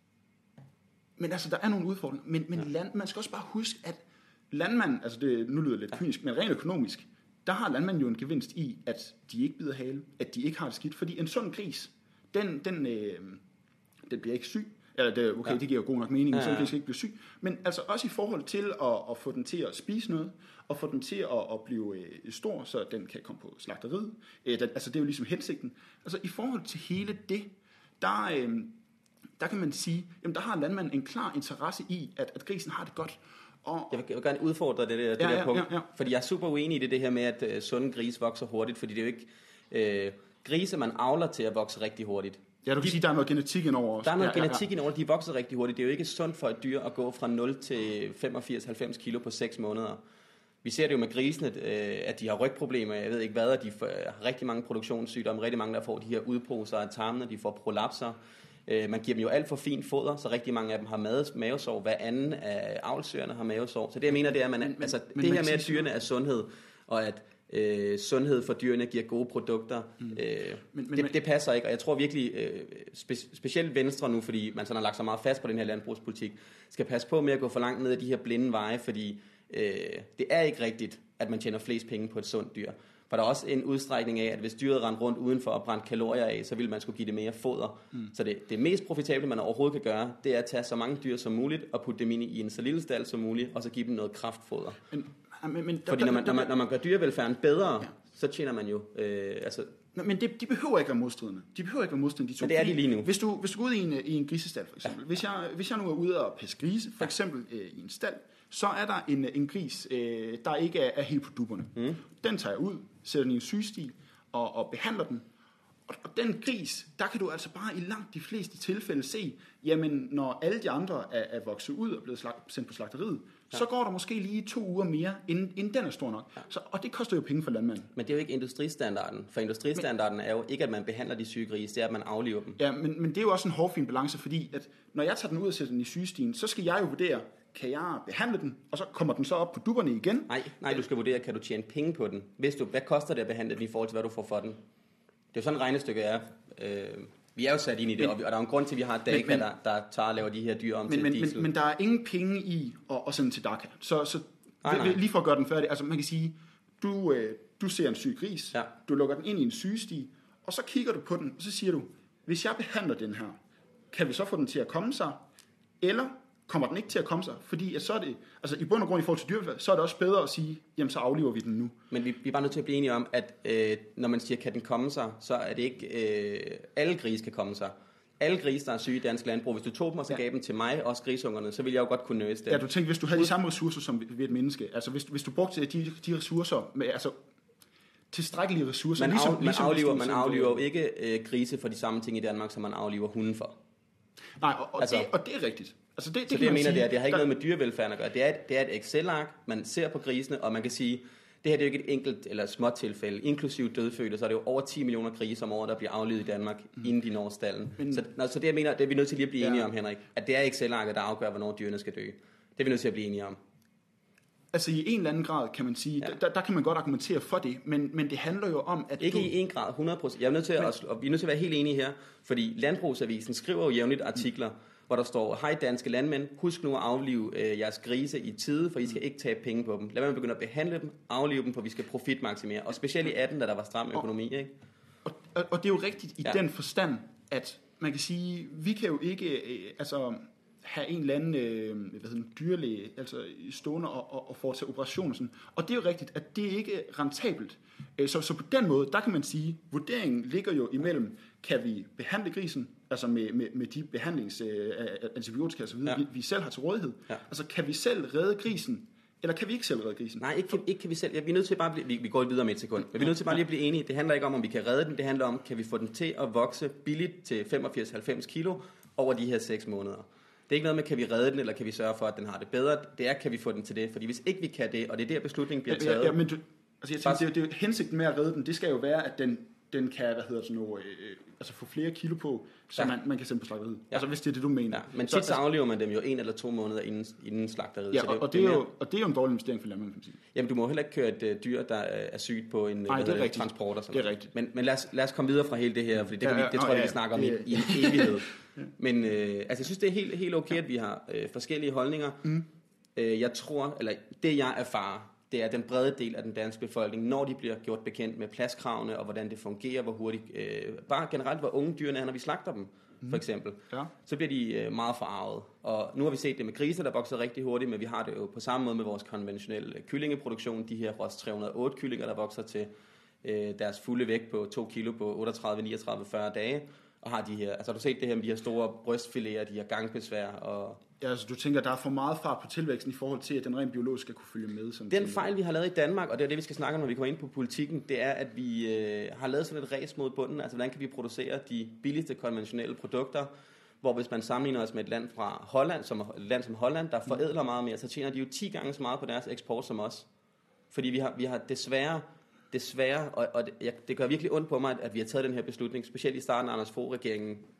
[SPEAKER 1] men altså, der er nogle udfordringer. Men, men ja. land, man skal også bare huske, at landmand, altså det nu lyder lidt kynisk, men rent økonomisk, der har landmanden jo en gevinst i, at de ikke bider hale, at de ikke har det skidt. Fordi en sund gris, den, den, øh, den bliver ikke syg. Eller det, okay, ja. det giver jo god nok mening, ja, ja. så det skal ikke blive syg. Men altså også i forhold til at, at få den til at spise noget, og få den til at, at blive øh, stor, så den kan komme på slagteriet. Øh, den, altså det er jo ligesom hensigten. Altså i forhold til hele det, der, øh, der kan man sige, jamen der har landmanden en klar interesse i, at, at grisen har det godt. Og
[SPEAKER 2] jeg, vil, jeg vil gerne udfordre det der, det
[SPEAKER 1] ja,
[SPEAKER 2] der
[SPEAKER 1] ja,
[SPEAKER 2] punkt,
[SPEAKER 1] ja, ja.
[SPEAKER 2] fordi jeg er super uenig i det, det her med, at uh, sunde grise vokser hurtigt, fordi det er jo ikke øh, grise, man avler til at vokse rigtig hurtigt.
[SPEAKER 1] Ja, du kan de, sige, der er noget genetik indover også.
[SPEAKER 2] Der er noget
[SPEAKER 1] ja,
[SPEAKER 2] genetik
[SPEAKER 1] ja, ja.
[SPEAKER 2] indover, de vokser rigtig hurtigt. Det er jo ikke sundt for et dyr at gå fra nul til femogfirs til halvfems kilo på seks måneder. Vi ser det jo med grisene, at de har rygproblemer, jeg ved ikke hvad, og de har rigtig mange produktionssygdomme, rigtig mange, der får de her udposer af tarmene, de får prolapser. Øh, man giver dem jo alt for fint foder, så rigtig mange af dem har mave, mavesår. Hver anden af avlsdyrene har mavesår. Så det jeg mener, det er, at man,
[SPEAKER 1] men,
[SPEAKER 2] altså,
[SPEAKER 1] men,
[SPEAKER 2] det
[SPEAKER 1] men,
[SPEAKER 2] her med, at dyrene er sundhed, og at øh, sundhed for dyrene giver gode produkter, mm. øh, men, men, det, det passer ikke. Og jeg tror virkelig, øh, spe, specielt Venstre nu, fordi man sådan har lagt så meget fast på den her landbrugspolitik, skal passe på med at gå for langt ned ad de her blinde veje, fordi øh, det er ikke rigtigt, at man tjener flest penge på et sundt dyr. For der er også en udstrækning af, at hvis dyret rendte rundt udenfor og brændte kalorier af, så vil man skulle give det mere foder. Mm. Så det, det mest profitable, man overhovedet kan gøre, det er at tage så mange dyr som muligt og putte dem ind i en så lille stald som muligt, og så give dem noget kraftfoder. Men, men, men, Fordi når man, når, man, når man gør dyrevelfærden bedre, ja. så tjener man jo... Øh, altså,
[SPEAKER 1] men det, de behøver ikke være modstridende. De behøver ikke være modstridende, de to.
[SPEAKER 2] Men det er de lige nu.
[SPEAKER 1] Hvis du, hvis du går ud i en, i en grisestald, for eksempel. Ja. Hvis, jeg, hvis jeg nu er ude og passe grise, for eksempel øh, i en stald, så er der en, en gris, øh, der ikke er, er helt på dupperne. Mm. Den tager jeg ud, sætter den i en sygestil og, og behandler den. Og, og den gris, der kan du altså bare i langt de fleste tilfælde se, jamen når alle de andre er, er vokset ud og blevet slag, sendt på slagteriet, ja. så går der måske lige to uger mere, inden, inden den er stor nok. Ja. Så, og det koster jo penge for landmanden.
[SPEAKER 2] Men det er jo ikke industristandarden. For industristandarden men, er jo ikke, at man behandler de syge grise, det er, at man afliver dem.
[SPEAKER 1] Ja, men, men det er jo også en hårfin balance, fordi at når jeg tager den ud og sætter den i sygestien, så skal jeg jo vurdere, kan jeg behandle den, og så kommer den så op på dupperne igen?
[SPEAKER 2] Nej, nej, du skal vurdere, kan du tjene penge på den? Hvis du, hvad koster det at behandle den i forhold til, hvad du får for den? Det er jo sådan et regnestykke er. Øh, vi er jo sat ind i det, men, og, vi, og der er en grund til, at vi har Daka, der, der tager og laver de her dyr om
[SPEAKER 1] men,
[SPEAKER 2] til
[SPEAKER 1] men,
[SPEAKER 2] diesel.
[SPEAKER 1] Men, men der er ingen penge i at, at sende til Daka. Så, så
[SPEAKER 2] nej, nej.
[SPEAKER 1] lige for at gøre den færdig, altså man kan sige, du, øh, du ser en syg gris, ja. du lukker den ind i en sygestige, og så kigger du på den, og så siger du, hvis jeg behandler den her, kan vi så få den til at komme sig, eller kommer den ikke til at komme sig, fordi at så er det, altså i bund og grund i forhold til dyrevelfærd, så er det også bedre at sige, jamen så afliver vi den nu.
[SPEAKER 2] Men vi, vi er bare nødt til at blive enige om, at øh, når man siger, kan den komme sig, så er det ikke, øh, alle grise kan komme sig. Alle grise, der er syge i dansk landbrug, hvis du tog dem og så gav dem til mig, også grisungerne, så ville jeg jo godt kunne nøse det.
[SPEAKER 1] Ja, du tænker, hvis du havde de samme ressourcer som ved et menneske, altså hvis, hvis du brugte de, de ressourcer, med, altså tilstrækkelige ressourcer,
[SPEAKER 2] man, af,
[SPEAKER 1] ligesom,
[SPEAKER 2] man
[SPEAKER 1] ligesom
[SPEAKER 2] afliver, man afliver jo ikke øh, grise for de samme ting i Danmark, som man afliver hunden for.
[SPEAKER 1] Nej, og, og, altså, det, og det er rigtigt. Altså det,
[SPEAKER 2] det, så det jeg mener, sige, det, er, det har ikke der... noget med dyrevelfærd at gøre. Det er, et, det er et Excel-ark, man ser på grisene, og man kan sige, det her det er jo ikke et enkelt eller småt tilfælde. Inklusiv dødfødte, så er det jo over ti millioner grise om året, der bliver aflivet i Danmark, mm. inden de når stallen. Men, så, nå, så det jeg mener, det er vi nødt til lige at blive ja. enige om, Henrik, at det er Excel-arket, der afgør, hvornår dyrene skal dø. Det er vi nødt til at blive enige om.
[SPEAKER 1] Altså i en eller anden grad kan man sige, ja. der, der kan man godt argumentere for det, men, men det handler jo om, at
[SPEAKER 2] ikke
[SPEAKER 1] du...
[SPEAKER 2] i en grad, hundrede procent. Jeg er nødt til at, og vi er nødt til at være helt enige her, fordi Landbrugsavisen skriver jo jævnligt artikler, mm. hvor der står, hej danske landmænd, husk nu at aflive øh, jeres grise i tide, for I skal ikke tage penge på dem. Lad være med at begynde at behandle dem, aflive dem, for vi skal profitmaksimere. Og specielt i atten, da der var stram økonomi. Ikke?
[SPEAKER 1] Og, og, og det er jo rigtigt i ja. den forstand, at man kan sige, vi kan jo ikke øh, altså, have en eller anden øh, hvad hedder, dyrlæge altså, stående og, og, og foretage operationer. Sådan. Og det er jo rigtigt, at det ikke er rentabelt. Så, så på den måde, der kan man sige, vurderingen ligger jo imellem, kan vi behandle grisen, altså med, med, med de behandlings øh, antibiotika og så videre, ja. vi, vi selv har til rådighed. Ja. Altså kan vi selv redde grisen, eller kan vi ikke selv redde grisen?
[SPEAKER 2] Nej, ikke, ikke kan vi selv. Ja, vi er nødt til bare at blive, vi, vi går videre med et sekund, men vi er nødt til bare lige at blive enige. Det handler ikke om, om vi kan redde den, det handler om, kan vi få den til at vokse billigt til femogfirs til halvfems kilo over de her seks måneder. Det er ikke noget med, kan vi redde den, eller kan vi sørge for, at den har det bedre. Det er, kan vi få den til det, fordi hvis ikke vi kan det, og det er der beslutningen bliver taget. Ja, ja,
[SPEAKER 1] men du, altså jeg tænker, det, er jo, det er jo hensigten med at redde den, det skal jo være, at den, den kan, hvad hedder sådan noget, øh, altså få flere kilo på, så ja. man, man kan sende på slagteriet. Ja. Altså hvis det er det, du mener. Ja,
[SPEAKER 2] men tit så altså, aflever man dem jo en eller to måneder inden, inden slagteriet.
[SPEAKER 1] Ja, og, det, og, det er jo, og det er jo en dårlig investering for landmanden, kan man sige.
[SPEAKER 2] Jamen, du må heller ikke køre et uh, dyr, der er sygt på en
[SPEAKER 1] Nej, det er rigtigt.
[SPEAKER 2] transport og sådan
[SPEAKER 1] noget. Det er rigtigt.
[SPEAKER 2] Men, men lad, os, lad os komme videre fra hele det her, for det, ja, ja, det, det tror jeg, ja, vi snakker om ja, i, i en evighed. Ja. Men øh, altså, jeg synes, det er helt, helt okay, at vi har øh, forskellige holdninger. Mm. Øh, jeg tror, eller det jeg erfarer, det er den brede del af den danske befolkning, når de bliver gjort bekendt med pladskravene, og hvordan det fungerer, hvor hurtigt, øh, bare generelt, hvor unge dyrene er, når vi slagter dem, mm. for eksempel, ja. så bliver de øh, meget forarvet. Og nu har vi set det med griser, der vokser rigtig hurtigt, men vi har det jo på samme måde med vores konventionelle kyllingeproduktion, de her Ross tre hundrede og otte kyllinger, der vokser til øh, deres fulde vægt på to kilo på otteogtredive, niogtredive, fyrre dage, og har de her, altså har du set det her med de her store brystfiléer, de her gangbesvær og...
[SPEAKER 1] Ja, altså du tænker, der er for meget fart på tilvæksten i forhold til, at den rent biologisk skal kunne følge med. Som
[SPEAKER 2] den fejl, vi har lavet i Danmark, og det er det, vi skal snakke om, når vi kommer ind på politikken, det er, at vi øh, har lavet sådan et ræs mod bunden. Altså, hvordan kan vi producere de billigste konventionelle produkter, hvor hvis man sammenligner os med et land fra Holland, som et land som Holland, der forædler meget mere, så tjener de jo ti gange så meget på deres eksport som os. Fordi vi har, vi har desværre, desværre, og, og det, jeg, det gør virkelig ondt på mig, at vi har taget den her beslutning, specielt i starten af Anders Fogh-regeringen,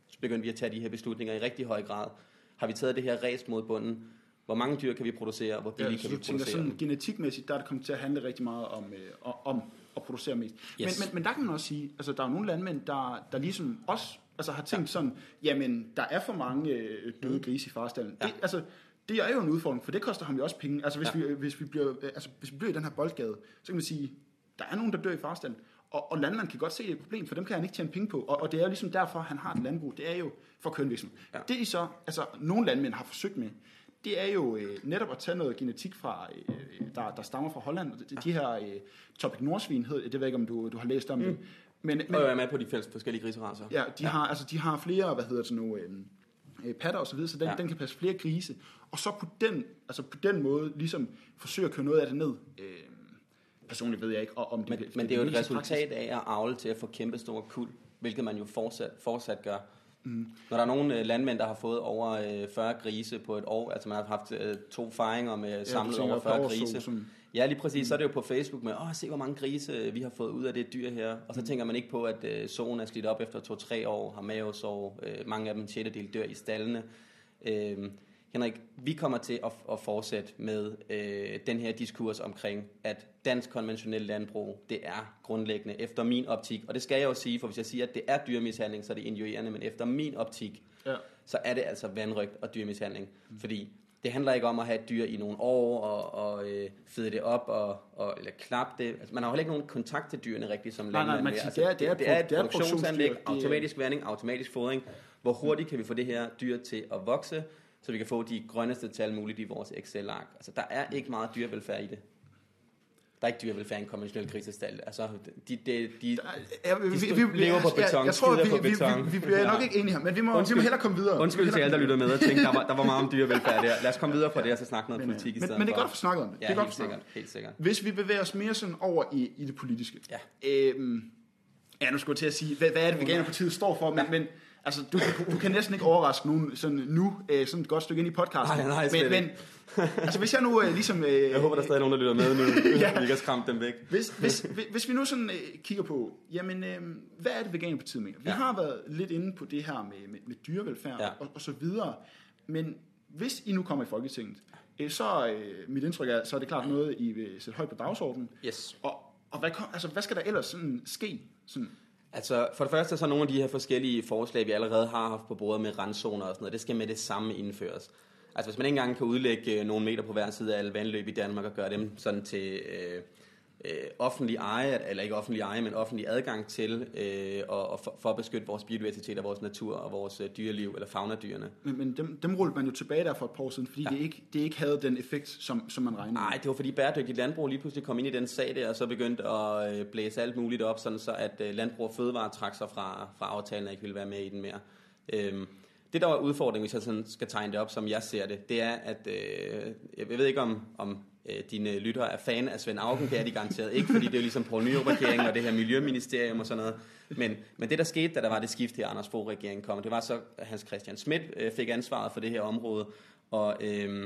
[SPEAKER 2] så begyndte vi at tage de her beslutninger i rigtig høj grad. Har vi taget det her ræs mod bunden? Hvor mange dyr kan vi producere, og hvor billigt ja, kan vi producere
[SPEAKER 1] sådan
[SPEAKER 2] dem?
[SPEAKER 1] Genetikmæssigt, der er det kommet til at handle rigtig meget om, øh, om at producere mest. Yes. Men, men, men der kan man også sige, altså der er nogle landmænd, der, der ligesom også altså, har tænkt ja. sådan, jamen der er for mange øh, døde mm. grise i farestallen. Ja. Det, altså, det er jo en udfordring, for det koster ham jo også penge. Altså hvis, ja. vi, hvis, vi, bliver, altså, hvis vi bliver i den her boldgade, så kan man sige, der er nogen, der dør i farestallen. Og, og landmanden kan godt se, det er et problem, for dem kan han ikke tjene penge på. Og, og det er jo ligesom derfor, han har et landbrug. Det er jo for kønvirksomhed. Ja. Det de så, altså nogle landmænd har forsøgt med, det er jo øh, netop at tage noget genetik fra, øh, der, der stammer fra Holland. De, de her øh, Topic Norsvin, det ved jeg ikke, om du, du har læst om mm. det. Men, men,
[SPEAKER 2] og jeg er med på de forskellige griseracer.
[SPEAKER 1] Ja, de, ja. Har, altså, de har flere, hvad hedder det, sådan nogle, øh, patter og så videre, så den, ja. den kan passe flere grise. Og så på den, altså på den måde ligesom forsøge at køre noget af det ned. Øh, personligt ved jeg ikke, om det
[SPEAKER 2] Men, det, men det er jo et resultat af at avle til at få kæmpe store kuld, hvilket man jo fortsat, fortsat gør. Mm. Når der er nogle landmænd, der har fået over fyrre grise på et år, altså man har haft to fejringer med samlet ja, over fyrre grise. Som... Ja, lige præcis, mm. så er det jo på Facebook med, åh, se hvor mange grise vi har fået ud af det dyr her. Og så mm. tænker man ikke på, at uh, soen er slidt op efter to-tre år, har mavesår, uh, mange af dem sjettedel dør i stallene. Uh, Henrik, vi kommer til at, at fortsætte med øh, den her diskurs omkring, at dansk konventionel landbrug, det er grundlæggende efter min optik, og det skal jeg jo sige, for hvis jeg siger, at det er dyrmishandling, så er det injurierende, men efter min optik, ja. så er det altså vanrøgt og dyrmishandling, mm. fordi det handler ikke om at have et dyr i nogle år, og, og øh, fede det op, og, og eller klappe det. Altså, man har jo heller ikke nogen kontakt til dyrene rigtigt som landmand.
[SPEAKER 1] Nej, nej, man, altså, det, er, det, er,
[SPEAKER 2] det, det er et produktionsanlæg, automatisk værning, automatisk fodring. Hvor hurtigt kan vi få det her dyr til at vokse, så vi kan få de grønneste tal muligt i vores Excel-ark. Altså, der er ikke meget dyrevelfærd i det. Der er ikke dyrevelfærd i en konventionel grisestald. Altså, de, de, de,
[SPEAKER 1] ja, vi, de vi, vi, lever på beton, jeg, jeg tror, vi, på beton. Vi, vi, vi bliver nok ikke enige her, men vi må, undskyld, vi må hellere komme videre.
[SPEAKER 2] Undskyld til alle, der lytter med og tænker, der var, der var meget om dyrevelfærd der. Lad os komme videre fra det, og så snakke noget
[SPEAKER 1] men,
[SPEAKER 2] politik i
[SPEAKER 1] men,
[SPEAKER 2] stedet
[SPEAKER 1] men det er godt at få snakket om det.
[SPEAKER 2] Ja,
[SPEAKER 1] det er
[SPEAKER 2] helt,
[SPEAKER 1] godt
[SPEAKER 2] sikkert, helt sikkert.
[SPEAKER 1] Hvis vi bevæger os mere sådan over i, i det politiske.
[SPEAKER 2] Ja.
[SPEAKER 1] Øhm, ja, nu skulle jeg til at sige, hvad, hvad er det, Veganerpartiet står for, men... men altså, du, du, du kan næsten ikke overraske nogen sådan nu, øh, sådan et godt stykke ind i podcasten.
[SPEAKER 2] Nej, nej,
[SPEAKER 1] men, men altså, hvis jeg nu øh, ligesom... Øh,
[SPEAKER 2] jeg håber, der er stadig nogen, der lytter med nu. ja. Vi kan skræmme dem væk.
[SPEAKER 1] hvis, hvis, hvis vi nu sådan øh, kigger på, jamen, øh, hvad er det, Veganerpartiet mener? Vi ja. har været lidt inde på det her med, med, med dyrevelfærd ja. og, og så videre. Men hvis I nu kommer i Folketinget, øh, så øh, mit indtryk er, så er det klart noget, I vil sætte højt på dagsordenen.
[SPEAKER 2] Yes.
[SPEAKER 1] Og, og hvad, altså, hvad skal der ellers sådan ske? Sådan,
[SPEAKER 2] Altså, for det første så er nogle af de her forskellige forslag, vi allerede har haft på bordet med randzoner og sådan noget, det skal med det samme indføres. Altså, hvis man ikke engang kan udlægge nogle meter på hver side af alle vandløb i Danmark og gøre dem sådan til øh, øh, offentlig eje, eller ikke offentlig eje, men offentlig adgang til, øh, og, og for, for at beskytte vores biodiversitet og vores natur og vores øh, dyreliv, eller faunadyrene.
[SPEAKER 1] Men, men dem, dem rullede man jo tilbage der for et par år siden, fordi ja. det, ikke, det ikke havde den effekt, som, som man regnede med.
[SPEAKER 2] Nej, det var fordi bæredygtigt landbrug lige pludselig kom ind i den sag der, og så begyndte at øh, blæse alt muligt op, sådan så at øh, Landbrug og Fødevare trak sig fra, fra aftalen og ikke ville være med i den mere. Øhm, Det, der var udfordringen, hvis jeg sådan skal tegne det op, som jeg ser det, det er, at øh, jeg ved ikke, om, om øh, dine lyttere er fan af Svend Auken, det er de garanteret ikke, fordi det er jo ligesom Poul Nyrup-regeringen og det her Miljøministerium og sådan noget. Men, men det, der skete, da der var det skift her, Anders Fogh-regeringen kom, det var så, at Hans Christian Schmidt øh, fik ansvaret for det her område, og øh,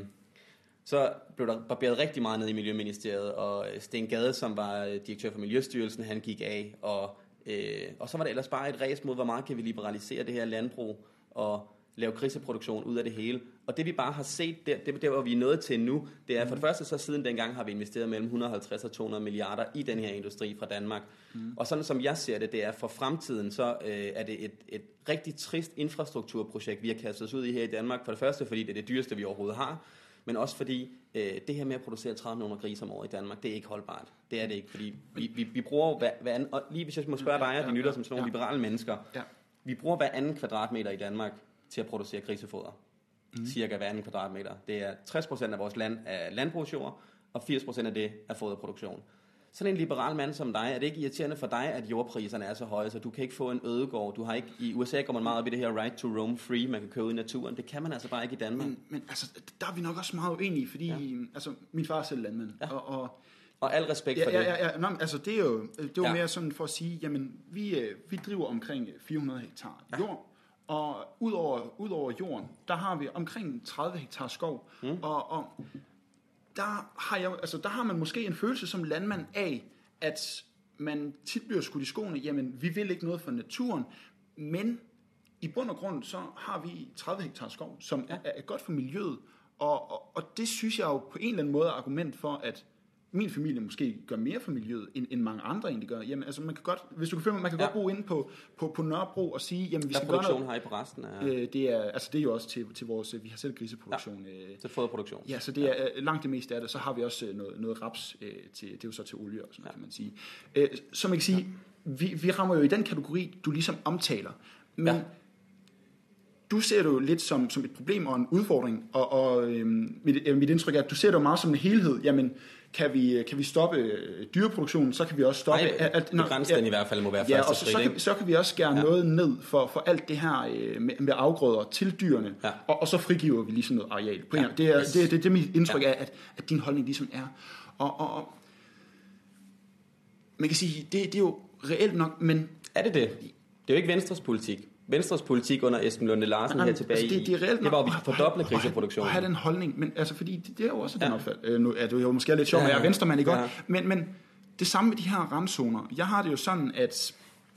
[SPEAKER 2] så blev der barberet rigtig meget ned i Miljøministeriet, og Sten Gade, som var direktør for Miljøstyrelsen, han gik af, og, øh, og så var det ellers bare et ræs mod, hvor meget kan vi liberalisere det her landbrug, og lave griseproduktion ud af det hele. Og det vi bare har set, der, det, der hvor vi er nået til nu, det er for det første, så siden dengang har vi investeret mellem et hundrede og halvtreds og to hundrede milliarder i den her industri fra Danmark. Mm. Og sådan som jeg ser det, det er for fremtiden, så øh, er det et, et rigtig trist infrastrukturprojekt, vi har kastet os ud i her i Danmark. For det første, fordi det er det dyreste, vi overhovedet har, men også fordi øh, det her med at producere tredive millioner grise om året i Danmark, det er ikke holdbart. Det er det ikke, fordi vi, vi, vi bruger hver, hver anden, og lige hvis jeg må spørge dig og de lytter som sådan nogle ja. liberale mennesker, ja. vi bruger hver anden kvadratmeter i Danmark til at producere grisefoder. Mm. Cirka hver anden kvadratmeter. Det er tres procent af vores land er landbrugsjord, og firs procent af det er foderproduktion. Sådan en liberal mand som dig, er det ikke irriterende for dig, at jordpriserne er så høje, så du kan ikke få en ødegård? Du har ikke, i U S A går man meget op i det her right to roam free, man kan købe i naturen. Det kan man altså bare ikke i Danmark.
[SPEAKER 1] Men, men altså, der er vi nok også meget uenige, fordi ja. altså, min far er selv landmand.
[SPEAKER 2] Ja.
[SPEAKER 1] Og, og,
[SPEAKER 2] og al respekt
[SPEAKER 1] ja,
[SPEAKER 2] for
[SPEAKER 1] ja,
[SPEAKER 2] det.
[SPEAKER 1] Ja, ja, Nå, altså, det er jo, det er jo
[SPEAKER 2] ja.
[SPEAKER 1] mere sådan for at sige, jamen, vi, vi driver omkring fire hundrede hektar ja. jord, og udover, udover jorden, der har vi omkring tredive hektar skov, mm. og, og der, har jeg, altså, der har man måske en følelse som landmand af, at man tit bliver skudt i skoene, jamen vi vil ikke noget for naturen, men i bund og grund, så har vi tredive hektar skov, som ja. er, er godt for miljøet, og, og, og det synes jeg jo på en eller anden måde er argument for, at min familie måske gør mere for miljøet, end, end mange andre egentlig gør. Jamen, altså, man kan godt, hvis du kan følge mig, man kan ja. godt bo inde på, på, på Nørrebro og sige, jamen, vi skal gøre noget.
[SPEAKER 2] Hvad produktion har I på resten af?
[SPEAKER 1] Øh, det er, altså, det er jo også til, til vores, vi har selv griseproduktion.
[SPEAKER 2] Ja, til foderproduktion.
[SPEAKER 1] Ja, så det er ja. langt det meste af det. Så har vi også noget, noget raps øh, til, det er jo så til olie og sådan noget, ja. kan man sige. Øh, så man kan sige, ja. vi, vi rammer jo i den kategori, du ligesom omtaler. Men ja. du ser det jo lidt som, som et problem og en udfordring, og, og øh, mit, øh, mit indtryk er, at du ser det jo meget som en helhed. Jamen, kan vi, kan vi stoppe dyreproduktionen, så kan vi også stoppe...
[SPEAKER 2] Nej, at, begrænse den i hvert fald må være ja, første
[SPEAKER 1] og så, så, kan, så kan vi også skære ja. noget ned for, for alt det her øh, med, med afgrøder til dyrene, ja. og, og så frigiver vi ligesom noget areal. På ja. Det er yes. det, det, det mit indtryk ja. af, at, at din holdning ligesom er. Og, og, og man kan sige, det, det er jo reelt nok, men...
[SPEAKER 2] Er det det? Det er jo ikke Venstres politik. Venstres politik under Esben Lunde Larsen her tilbage
[SPEAKER 1] altså det, det, er
[SPEAKER 2] i, det var jo, vi fordoble griseproduktionen.
[SPEAKER 1] Og have den holdning, men altså fordi, det, det er jo også den ja. opfald. Øh, nu er det jo måske lidt sjovt, ja, ja. at jeg er venstremand, ikke ja. godt? Men, men det samme med de her randzoner. Jeg har det jo sådan, at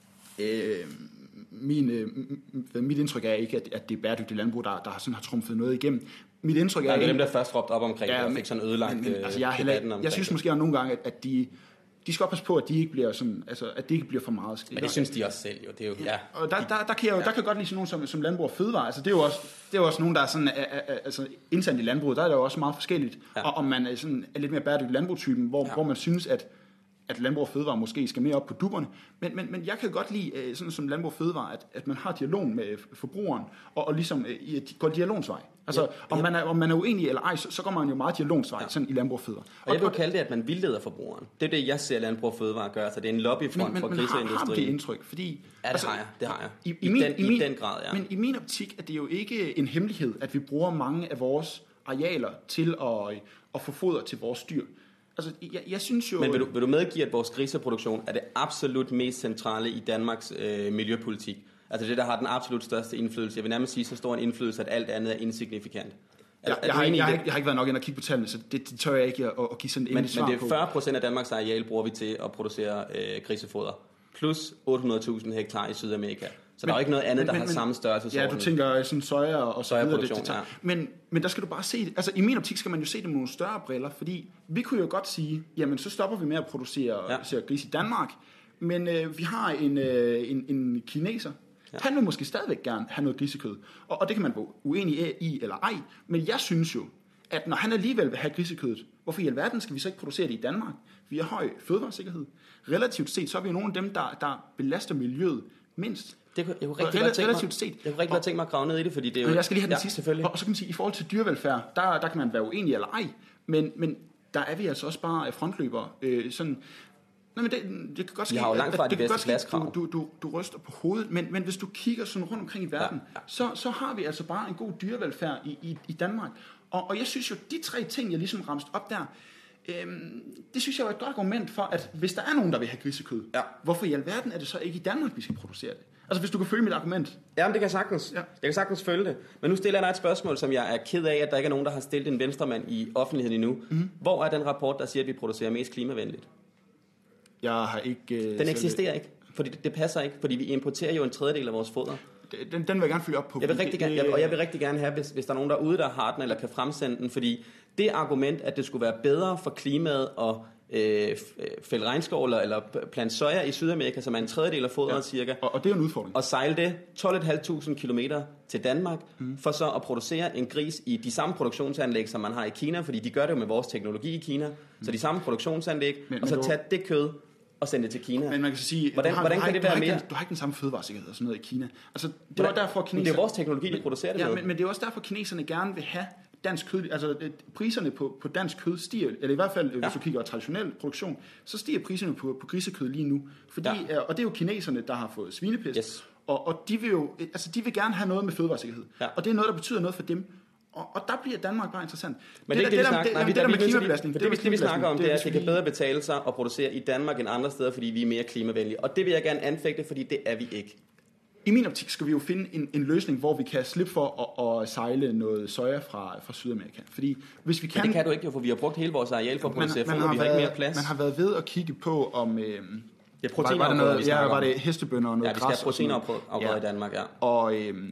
[SPEAKER 1] øh, min, øh, mit indtryk er ikke, at, at det er bæredygtigt landbrug, der, der sådan har trumfet noget igennem. Mit indtryk er...
[SPEAKER 2] Nej, det er dem, der først råbte op omkring, ja,
[SPEAKER 1] og
[SPEAKER 2] fik sådan ødelagt men, men, altså,
[SPEAKER 1] jeg, heller, jeg synes måske nogle gange, at, at de... De skal passe på, at de ikke bliver sådan, altså at det ikke bliver for meget.
[SPEAKER 2] Men det synes de også selv jo. Det er jo ja.
[SPEAKER 1] Og der, der, der kan jeg jo, ja. der kan godt lide sådan nogen som, som Landbrug og Fødevare. Altså det er jo også, det er jo også nogen der er sådan, altså internt i landbruget, der er det jo også meget forskelligt. Ja. Og om man er sådan er lidt mere bæredygtig landbrugstypen, hvor, ja. hvor man synes at at Landbrug og Fødevare måske skal mere op på dupperne. Men, men, men jeg kan godt lide sådan som Landbrug og Fødevare, at, at man har dialog med forbrugeren og, og ligesom i et går dialogsvej. Altså ja. om man er om man er uenig eller ej, så, så går man jo meget dialogsvej ja. sådan i Landbrug og Fødevare.
[SPEAKER 2] Og, og jeg vil kalde det, at man vildleder forbrugeren. Det er det, jeg ser Landbrug og Fødevare gøre. Så det er en lobbyfront
[SPEAKER 1] men,
[SPEAKER 2] for
[SPEAKER 1] men,
[SPEAKER 2] griseindustrien. Men
[SPEAKER 1] har, har det indtryk? Fordi,
[SPEAKER 2] ja, det
[SPEAKER 1] altså,
[SPEAKER 2] har jeg. Det har jeg.
[SPEAKER 1] I, i,
[SPEAKER 2] I,
[SPEAKER 1] min,
[SPEAKER 2] den,
[SPEAKER 1] i, min,
[SPEAKER 2] i den grad, ja.
[SPEAKER 1] Men i min optik er det jo ikke en hemmelighed, at vi bruger mange af vores arealer til at, at få foder til vores dyr. Altså, jeg, jeg synes jo...
[SPEAKER 2] Men vil du, vil du medgive, at vores griseproduktion er det absolut mest centrale i Danmarks øh, miljøpolitik? Altså det, der har den absolut største indflydelse. Jeg vil nærmest sige, så stor en indflydelse, at alt andet er insignifikant. Er,
[SPEAKER 1] jeg, jeg, har, jeg, har ikke, jeg har ikke været nok ind og kigge på tallene, så det, det tør jeg ikke at, at give sådan en
[SPEAKER 2] men,
[SPEAKER 1] svar på.
[SPEAKER 2] Men det er fyrre procent af Danmarks areal bruger vi til at producere øh, grisefoder. Plus otte hundrede tusind hektar i Sydamerika. Så men, der er jo ikke noget andet, men, der men, har men, samme størrelse.
[SPEAKER 1] Ja, du tænker sådan soja og så videre. Det, det
[SPEAKER 2] ja.
[SPEAKER 1] men, men der skal du bare se det. Altså i min optik skal man jo se det med nogle større briller, fordi vi kunne jo godt sige, jamen så stopper vi med at producere ja. gris i Danmark, men øh, vi har en, øh, en, en kineser, ja. han vil måske stadigvæk gerne have noget grisekød, og, og det kan man være uenig i eller ej, men jeg synes jo, at når han alligevel vil have grisekødet, hvorfor i alverden skal vi så ikke producere det i Danmark? Vi har høj fødevaresikkerhed. Relativt set, så er vi jo nogle af dem, der, der belaster miljøet mindst.
[SPEAKER 2] Det kunne, jeg kunne rigtig godt tænke mig, set. Jeg kunne rigtig godt tænke mig at grave ned i det, fordi det er jo...
[SPEAKER 1] Jeg skal lige have den
[SPEAKER 2] ja,
[SPEAKER 1] sidste, selvfølgelig. Og så kan man sige, i forhold til dyrevelfærd, der, der kan man være uenig eller ej, men, men der er vi altså også bare frontløbere. Øh, sådan, nej, men det, det kan godt ske,
[SPEAKER 2] har jo langt fra
[SPEAKER 1] at,
[SPEAKER 2] de
[SPEAKER 1] det
[SPEAKER 2] bedste pladskrav.
[SPEAKER 1] Du, du, du, du ryster på hovedet, men, men hvis du kigger sådan rundt omkring i verden, ja, ja. Så, så har vi altså bare en god dyrevelfærd i, i, i Danmark. Og, og jeg synes jo, de tre ting, jeg ligesom ramste op der, Øhm, det synes jeg er et godt argument for, at hvis der er nogen, der vil have grisekød, ja. hvorfor i alverden er det så ikke i Danmark, vi skal producere det? Altså hvis du kan følge mit argument.
[SPEAKER 2] Jamen det kan jeg sagtens. Ja. Jeg kan sagtens følge det. Men nu stiller jeg dig et spørgsmål, som jeg er ked af, at der ikke er nogen, der har stillet en venstremand i offentligheden endnu. Mm-hmm. Hvor er den rapport, der siger, at vi producerer mest klimavenligt?
[SPEAKER 1] Jeg har ikke... Uh,
[SPEAKER 2] den eksisterer ikke, fordi det, det passer ikke, fordi vi importerer jo en tredjedel af vores foder.
[SPEAKER 1] Den, den vil jeg gerne følge op på.
[SPEAKER 2] Jeg vil rigtig gerne, jeg, og jeg vil rigtig gerne have, hvis, hvis der er nogen derude, der har den, eller kan fremsende den, fordi det argument, at det skulle være bedre for klimaet og øh, fælde regnskov eller, eller plante soja i Sydamerika, som er en tredjedel af fodret ja. cirka,
[SPEAKER 1] og, og det er en udfordring.
[SPEAKER 2] Og sejle det tolv tusind fem hundrede kilometer til Danmark, mm. for så at producere en gris i de samme produktionsanlæg, som man har i Kina, fordi de gør det jo med vores teknologi i Kina, mm. så de samme produktionsanlæg, men, og så tage det kød og sende det til Kina.
[SPEAKER 1] Men man kan sige,
[SPEAKER 2] hvordan,
[SPEAKER 1] har,
[SPEAKER 2] hvordan kan det være mere?
[SPEAKER 1] Den, du har ikke den samme fødevaresikkerhed og sådan noget i Kina. Altså, det var derfor kineserne...
[SPEAKER 2] Men det er vores teknologi, der producerer det
[SPEAKER 1] ja,
[SPEAKER 2] med.
[SPEAKER 1] Men, men det er også derfor, kineserne gerne vil have dansk kød. Altså, priserne på, på dansk kød stiger, eller i hvert fald, ja. hvis du kigger på traditionel produktion, så stiger priserne på, på grisekød lige nu. Fordi, ja. Og det er jo kineserne, der har fået svinepest. Yes. Og, og de vil jo, altså, de vil gerne have noget med fødevaresikkerhed. Ja. Og det er noget, der betyder noget for dem. Og, og der bliver Danmark bare interessant.
[SPEAKER 2] Men det, det, det, det, det, det, det, der med klimabelastning, det, det, det vi snakker om, det er, at det kan bedre betale sig at producere i Danmark end andre steder, fordi vi er mere klimavenlige. Og det vil jeg gerne anfægte, fordi det er vi ikke.
[SPEAKER 1] I min optik skal vi jo finde en, en løsning, hvor vi kan slippe for at, at sejle noget soja fra, fra Sydamerika. Fordi hvis vi kan...
[SPEAKER 2] Men det kan du ikke, for vi har brugt hele vores areal for at producere foder, vi har
[SPEAKER 1] været,
[SPEAKER 2] ikke mere plads.
[SPEAKER 1] Man har været ved at kigge på, om... Øh,
[SPEAKER 2] Ja,
[SPEAKER 1] var, var det noget, ja, var det hestebønner og noget
[SPEAKER 2] græs? Ja, vi skal have proteinafgrøder
[SPEAKER 1] ja.
[SPEAKER 2] i Danmark, ja.
[SPEAKER 1] Og øhm,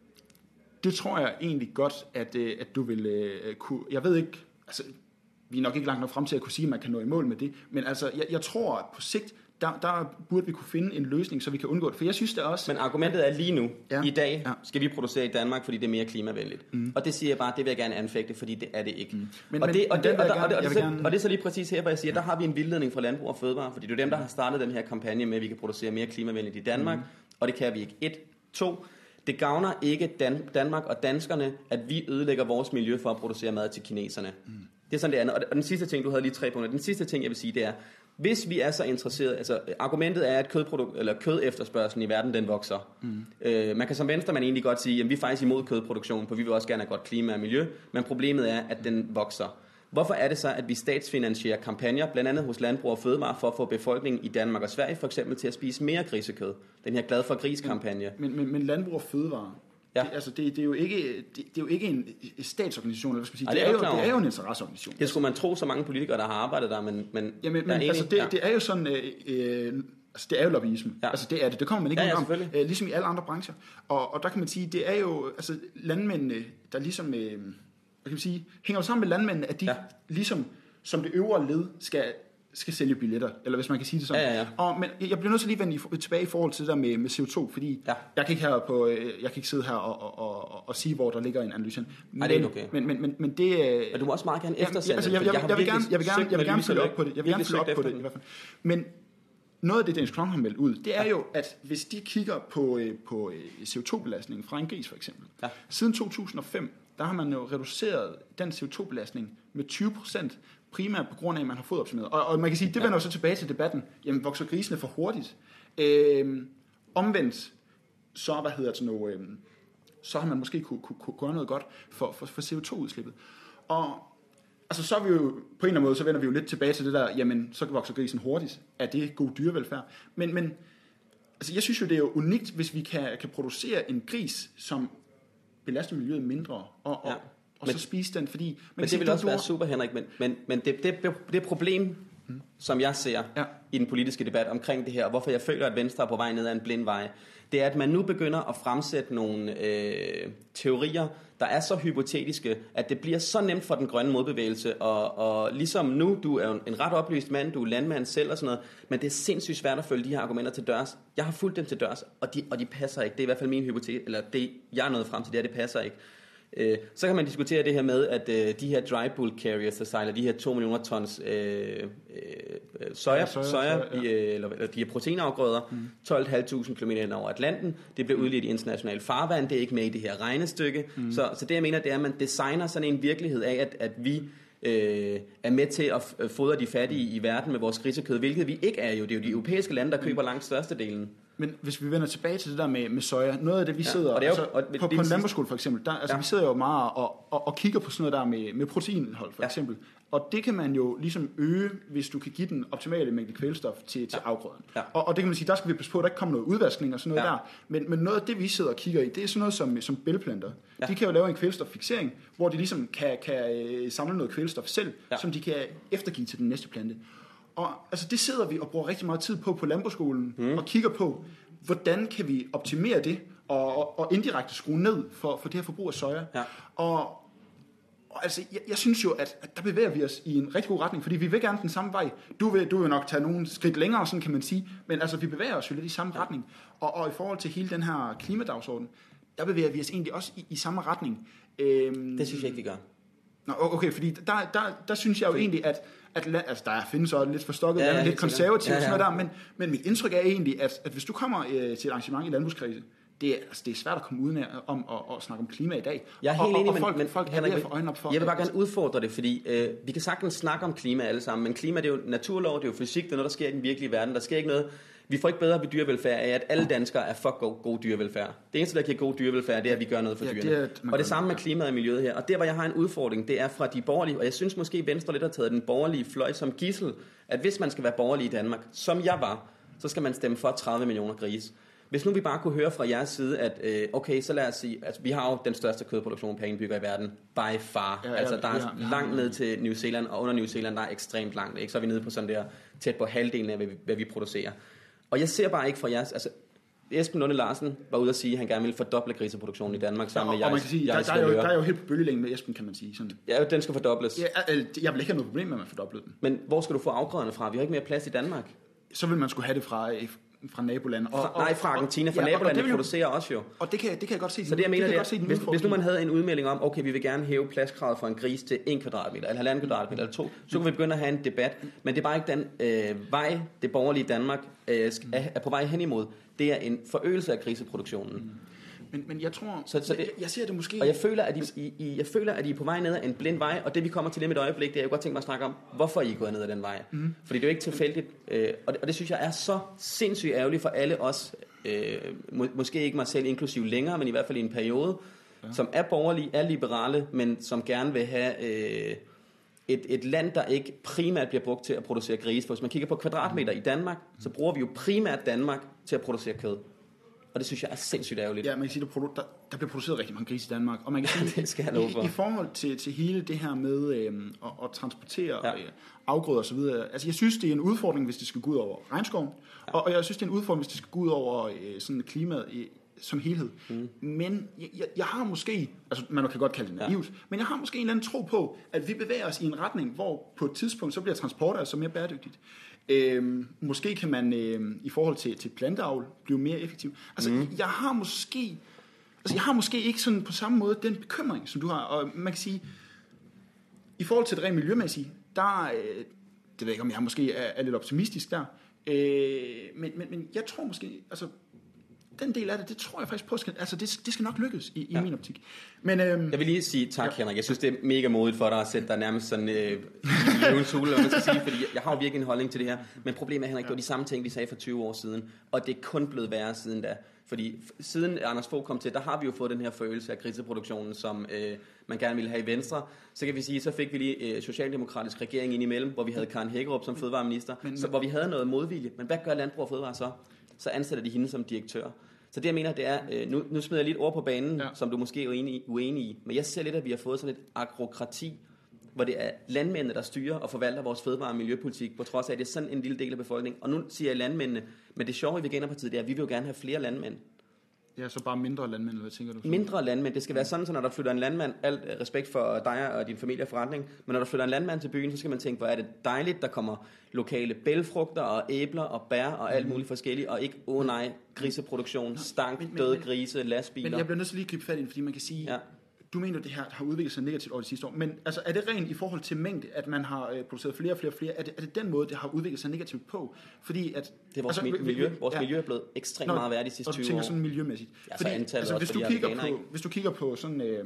[SPEAKER 1] det tror jeg egentlig godt, at, øh, at du vil øh, kunne... Jeg ved ikke... Altså, vi er nok ikke langt nok frem til at kunne sige, at man kan nå i mål med det. Men altså, jeg, jeg tror, at på sigt, der, der burde vi kunne finde en løsning, så vi kan undgå det. For jeg synes det også...
[SPEAKER 2] Men argumentet er lige nu,
[SPEAKER 1] ja.
[SPEAKER 2] i dag,
[SPEAKER 1] ja.
[SPEAKER 2] skal vi producere i Danmark, fordi det er mere klimavenligt. Mm. Og det siger jeg bare, det vil jeg gerne anfægte, fordi det er det ikke. Mm.
[SPEAKER 1] Men,
[SPEAKER 2] og, det, og, det, og,
[SPEAKER 1] gerne,
[SPEAKER 2] og, det, og, det,
[SPEAKER 1] gerne...
[SPEAKER 2] og det er så lige præcis her, hvor jeg siger, der har vi en vildledning fra Landbrug og Fødevare, fordi det er dem, der har startet den her kampagne med, at vi kan producere mere klimavenligt i Danmark, mm. og det kan vi ikke. Et, to, det gavner ikke Dan- Danmark og danskerne, at vi ødelægger vores miljø for at producere mad til kineserne. Mm. Det er sådan det andet. Og den sidste ting, du havde lige tre punkter, den sidste ting, jeg vil sige, det er, hvis vi er så interesserede, altså argumentet er, at kødprodu- eller kødefterspørgslen i verden, den vokser. Mm. Øh, man kan som venstremand egentlig godt sige, at vi er faktisk imod kødproduktion, for vi vil også gerne have godt klima og miljø, men problemet er, at den vokser. Hvorfor er det så, at vi statsfinansierer kampagner, blandt andet hos Landbrug og Fødevare, for at få befolkningen i Danmark og Sverige for eksempel til at spise mere grisekød? Den her Glad for Gris-kampagne.
[SPEAKER 1] Men, men, men Landbrug og Fødevare, ja. det, altså det, det, er jo ikke, det, det er jo ikke en statsorganisation, eller hvad skal man sige. Ej, det, det, er jo, det er jo en interesseorganisation.
[SPEAKER 2] Det skulle man tro, så mange politikere, der har arbejdet der, men, men,
[SPEAKER 1] ja, men,
[SPEAKER 2] der
[SPEAKER 1] men
[SPEAKER 2] er
[SPEAKER 1] altså
[SPEAKER 2] enig,
[SPEAKER 1] det,
[SPEAKER 2] ja.
[SPEAKER 1] det er jo sådan... Øh, øh, Altså, det er jo lobbyisme. Ja. Altså, det er det. Det kommer man ikke
[SPEAKER 2] ja, ja,
[SPEAKER 1] om. Øh, ligesom i alle andre brancher. Og, og der kan man sige, det er jo altså, landmændene, der ligesom, øh, hvad kan man sige, hænger jo sammen med landmændene, at de ja. ligesom, som det øvre led, skal, skal sælge billetter. Eller hvis man kan sige det sådan.
[SPEAKER 2] Ja, ja, ja.
[SPEAKER 1] Og, men jeg bliver nødt til lige at vende tilbage i forhold til det der med, med C O to, fordi ja. jeg, kan ikke her på, jeg kan ikke sidde her og, og, og, og sige, hvor der ligger en analyse. Men,
[SPEAKER 2] Ej, det er okay.
[SPEAKER 1] Men, men, men, men det...
[SPEAKER 2] Men du må også meget gerne eftersende.
[SPEAKER 1] Altså, jeg, jeg, jeg, jeg, vil gerne, jeg vil gerne, jeg vil gerne følge op på det. Jeg vil gerne følge op på det, i hvert fald. Men noget af det, Danish Crown har meldt ud, det er jo, at hvis de kigger på, på C O to belastningen fra en gris for eksempel, ja. siden to tusind og fem, der har man jo reduceret den C O to belastning med tyve procent, primært på grund af, at man har foderoptimeret. Og, og man kan sige, det vender jo så tilbage til debatten, jamen vokser grisene for hurtigt? Øhm, omvendt, så, hvad hedder det nu, øhm, så har man måske kunne, kunne, kunne gøre noget godt for, for, for C O to udslippet. Og altså så er vi jo, på en eller anden måde, så vender vi jo lidt tilbage til det der, jamen, så vokser grisen hurtigt. Er det god dyrevelfærd? Men, men altså, jeg synes jo, det er jo unikt, hvis vi kan, kan producere en gris, som belaster miljøet mindre, og, og, ja. og men, så spise den, fordi... Man
[SPEAKER 2] men det
[SPEAKER 1] sige,
[SPEAKER 2] vil
[SPEAKER 1] du,
[SPEAKER 2] også
[SPEAKER 1] du,
[SPEAKER 2] være super, Henrik, men, men, men det, det, det problem, hmm. som jeg ser ja. i den politiske debat omkring det her, og hvorfor jeg føler, at Venstre er på vej ned ad en blind vej, det er, at man nu begynder at fremsætte nogle øh, teorier, der er så hypotetiske, at det bliver så nemt for den grønne modbevægelse, og, og ligesom nu, du er jo en ret oplyst mand, du er landmand selv og sådan noget, men det er sindssygt svært at følge de her argumenter til dørs. Jeg har fulgt dem til dørs, og de, og de passer ikke. Det er i hvert fald min hypotese, eller det jeg er nået frem til, det er, det passer ikke. Øh, så kan man diskutere det her med, at øh, de her dry bulk carriers, der sejler de her to millioner tons øh, øh, soja, ja, soja, soja ja. i, øh, eller, eller de her proteinafgrøder, mm. tolv tusind fem hundrede kilometer over Atlanten. Det bliver udledt i international farvand, det er ikke med i det her regnestykke. Mm. Så, så det jeg mener, det er, at man designer sådan en virkelighed af, at, at vi øh, er med til at fodre de fattige i verden med vores grisekød, hvilket vi ikke er jo. Det er jo de europæiske lande, der køber langt størstedelen.
[SPEAKER 1] Men hvis vi vender tilbage til det der med, med soja, noget af det vi ja, sidder, og det er jo, altså, og på, på en landbrugsskole for eksempel, der, altså, ja. vi sidder jo meget og, og, og kigger på sådan noget der med, med proteinindhold for ja. eksempel, og det kan man jo ligesom øge, hvis du kan give den optimale mængde kvælstof til, til ja. afgrøden. Ja. Og, og det kan man sige, der skal vi passe på, at der ikke kommer noget udvaskning og sådan noget ja. der, men, men noget af det vi sidder og kigger i, det er sådan noget som, som bælgplanter. Ja. De kan jo lave en kvælstoffiksering, hvor de ligesom kan, kan samle noget kvælstof selv, ja. som de kan eftergive til den næste plante. Og altså det sidder vi og bruger rigtig meget tid på på landbrugsskolen mm. og kigger på, hvordan kan vi optimere det, og, og, og indirekte skrue ned for, for det her forbrug af soja. Ja. Og, og altså, jeg, jeg synes jo, at, at der bevæger vi os i en rigtig god retning, fordi vi vil gerne den samme vej. Du vil, du vil nok tage nogle skridt længere, sådan kan man sige, men altså, vi bevæger os jo lidt i samme ja. retning. Og, og i forhold til hele den her klimadagsorden, der bevæger vi os egentlig også i, i samme retning.
[SPEAKER 2] Øhm, det synes jeg ikke, vi gør.
[SPEAKER 1] Nå, okay, fordi der, der, der synes jeg jo egentlig, at at altså, der findes også lidt forstokket, ja, ja, lidt konservativt, ja, ja. Sådan noget der, men, men mit indtryk er egentlig, at, at hvis du kommer øh, til et arrangement i landbrugskredse, det er, altså, det er svært at komme uden om at, at snakke om klima i dag.
[SPEAKER 2] Jeg er helt
[SPEAKER 1] og,
[SPEAKER 2] enig,
[SPEAKER 1] og, og folk,
[SPEAKER 2] men,
[SPEAKER 1] folk
[SPEAKER 2] Henrik,
[SPEAKER 1] er ved at få øjnene op for.
[SPEAKER 2] Jeg vil bare gerne udfordre det, fordi øh, vi kan sagtens snakke om klima alle sammen, men klima, det er jo naturlov, det er jo fysik, det er noget, der sker i den virkelige verden. Der sker ikke noget. Vi får ikke bedre ved dyrevelfærd af, at alle danskere er for god, god dyrevelfærd. Det eneste, der giver god dyrevelfærd, det er, at vi gør noget for ja, dyrene. Det er, og det samme med klimaet og miljøet her. Og der, hvor jeg har en udfordring, det er fra de borgerlige, og jeg synes måske, Venstre lidt har taget den borgerlige fløj som gidsel, at hvis man skal være borgerlig i Danmark, som jeg var, så skal man stemme for tredive millioner grise. Hvis nu vi bare kunne høre fra jeres side, at øh, okay, så lad os sige, altså vi har jo den største kødproduktion per indbygger i verden, by far. Ja, ja, altså der er ja, ja, langt ned til New Zealand, og under New Zealand der er ekstremt langt, ikke? Så er vi nede på sådan der, tæt på halvdelen af, hvad vi, hvad vi producerer. Og jeg ser bare ikke fra jeres, altså Esben Lunde Larsen var ude at sige, at han gerne ville fordoble griseproduktionen i Danmark sammen
[SPEAKER 1] ja, og,
[SPEAKER 2] med
[SPEAKER 1] og man kan sige, der, der, er jo, der er jo helt på bølgelængden med Esben, kan man sige. Sådan.
[SPEAKER 2] Ja, den skal fordobles.
[SPEAKER 1] Ja, jeg vil ikke have noget problem med, at man fordobler den.
[SPEAKER 2] Men hvor skal du få afgrøderne fra? Vi har ikke mere plads i Danmark.
[SPEAKER 1] Så vil man skulle have det fra, fra nabolandet. Og,
[SPEAKER 2] fra, nej, fra Argentina, fra ja, nabolandet producerer også jo.
[SPEAKER 1] Og det kan, det kan jeg godt se.
[SPEAKER 2] Så det jeg mener,
[SPEAKER 1] det,
[SPEAKER 2] det er, hvis, hvis nu man havde en udmelding om, okay, vi vil gerne hæve pladskravet fra en gris til en kvadratmeter, eller halvanden kvadratmeter, eller to, så kan vi begynde at have en debat. Men det er bare ikke den øh, vej, det borgerlige Danmark øh, er, er på vej hen imod. Det er en forøgelse af griseproduktionen. Mm.
[SPEAKER 1] Men, men jeg tror,
[SPEAKER 2] så, så det,
[SPEAKER 1] jeg, jeg ser det måske...
[SPEAKER 2] Og jeg føler, at I, I, I, jeg føler, at I er på vej ned ad en blind vej, og det vi kommer til lige med et øjeblik, det er, jeg godt tænke mig at snakke om, hvorfor I er gået ned ad den vej. Mm. Fordi det er jo ikke tilfældigt, øh, og, det, og det synes jeg er så sindssygt ærgerligt for alle os, øh, må, måske ikke mig selv inklusiv længere, men i hvert fald i en periode, ja. Som er borgerlige, er liberale, men som gerne vil have... Øh, Et, et land, der ikke primært bliver brugt til at producere grise. For hvis man kigger på kvadratmeter i Danmark, så bruger vi jo primært Danmark til at producere kød. Og det synes jeg er sindssygt ærgerligt.
[SPEAKER 1] Ja, man kan sige, at der, der bliver produceret rigtig mange grise i Danmark. Og man kan sige,
[SPEAKER 2] det skal jeg
[SPEAKER 1] i, i forhold til, til hele det her med øh, at, at transportere ja. øh, afgrøder og så videre. Altså jeg synes, det er en udfordring, hvis det skal gå ud over regnskoven. Ja. Og, og jeg synes, det er en udfordring, hvis det skal gå ud over øh, sådan klimaet i, som helhed. Mm. Men jeg, jeg, jeg har måske, altså man kan godt kalde det naivt, ja. Men jeg har måske en eller anden tro på, at vi bevæger os i en retning, hvor på et tidspunkt, så bliver transport altså mere bæredygtigt. Øhm, måske kan man øhm, i forhold til, til planteavl blive mere effektiv. Altså mm. jeg har måske, altså jeg har måske ikke sådan på samme måde den bekymring, som du har. Og man kan sige, i forhold til det rent miljømæssige, der, øh, det ved jeg ikke, om jeg måske er, er lidt optimistisk der, øh, men, men, men jeg tror måske, altså den del af det, det tror jeg faktisk på, skal, altså det, det skal nok lykkes i, i ja. min optik. Men, øhm,
[SPEAKER 2] jeg vil lige sige tak, ja. Henrik. Jeg synes, det er mega modigt for dig at sætte dig nærmest sådan øh, i løvens hule, hvad man skal sige, fordi jeg har jo virkelig en holdning til det her. Men problemet er, Henrik, det var de samme ting, vi sagde for tyve år siden, og det er kun blevet værre siden da. Fordi siden Anders Fogh kom til, der har vi jo fået den her forøgelse af griseproduktionen, som øh, man gerne ville have i Venstre. Så kan vi sige, så fik vi lige øh, socialdemokratisk regering ind imellem, hvor vi havde Karen Hækkerup som fødevareminister, men, så, hvor vi havde noget modvilje. Men hvad gør Landbrug og Fødevare så? Så ansætter de hende som direktør. Så det jeg mener, det er, øh, nu, nu smider jeg lidt ord på banen, ja. Som du måske er uenig, uenig i, men jeg ser lidt, at vi har fået sådan et agrokrati, hvor det er landmændene, der styrer og forvalter vores fødevare- og miljøpolitik, på trods af, at det er sådan en lille del af befolkningen. Og nu siger jeg landmændene, men det sjove i Veganerpartiet, det er, at vi vil jo gerne have flere landmænd.
[SPEAKER 1] Ja, så bare mindre landmænd, hvad tænker du?
[SPEAKER 2] Mindre landmænd. Det skal være sådan, så når der flytter en landmand, alt respekt for dig og din familie og forretning, men når der flytter en landmand til byen, så skal man tænke, hvor er det dejligt, der kommer lokale bælfrugter og æbler og bær og alt muligt forskelligt, og ikke, åh oh, nej, griseproduktion, stank, men, døde men, grise, lastbiler.
[SPEAKER 1] Men jeg bliver nødt til lige at gribe fat i, fordi man kan sige, ja. Du mener, at det her har udviklet sig negativt over de sidste år, men altså, er det rent i forhold til mængde, at man har øh, produceret flere og flere og flere? Er det, er det den måde, det har udviklet sig negativt på? Fordi at,
[SPEAKER 2] det er vores altså, miljø. Vores ja. miljø er blevet ekstremt Nå, meget værd de sidste tyve år. Og du tænker sådan miljømæssigt. Ja, fordi, altså, hvis, du kigger på, hvis du kigger på sådan, øh,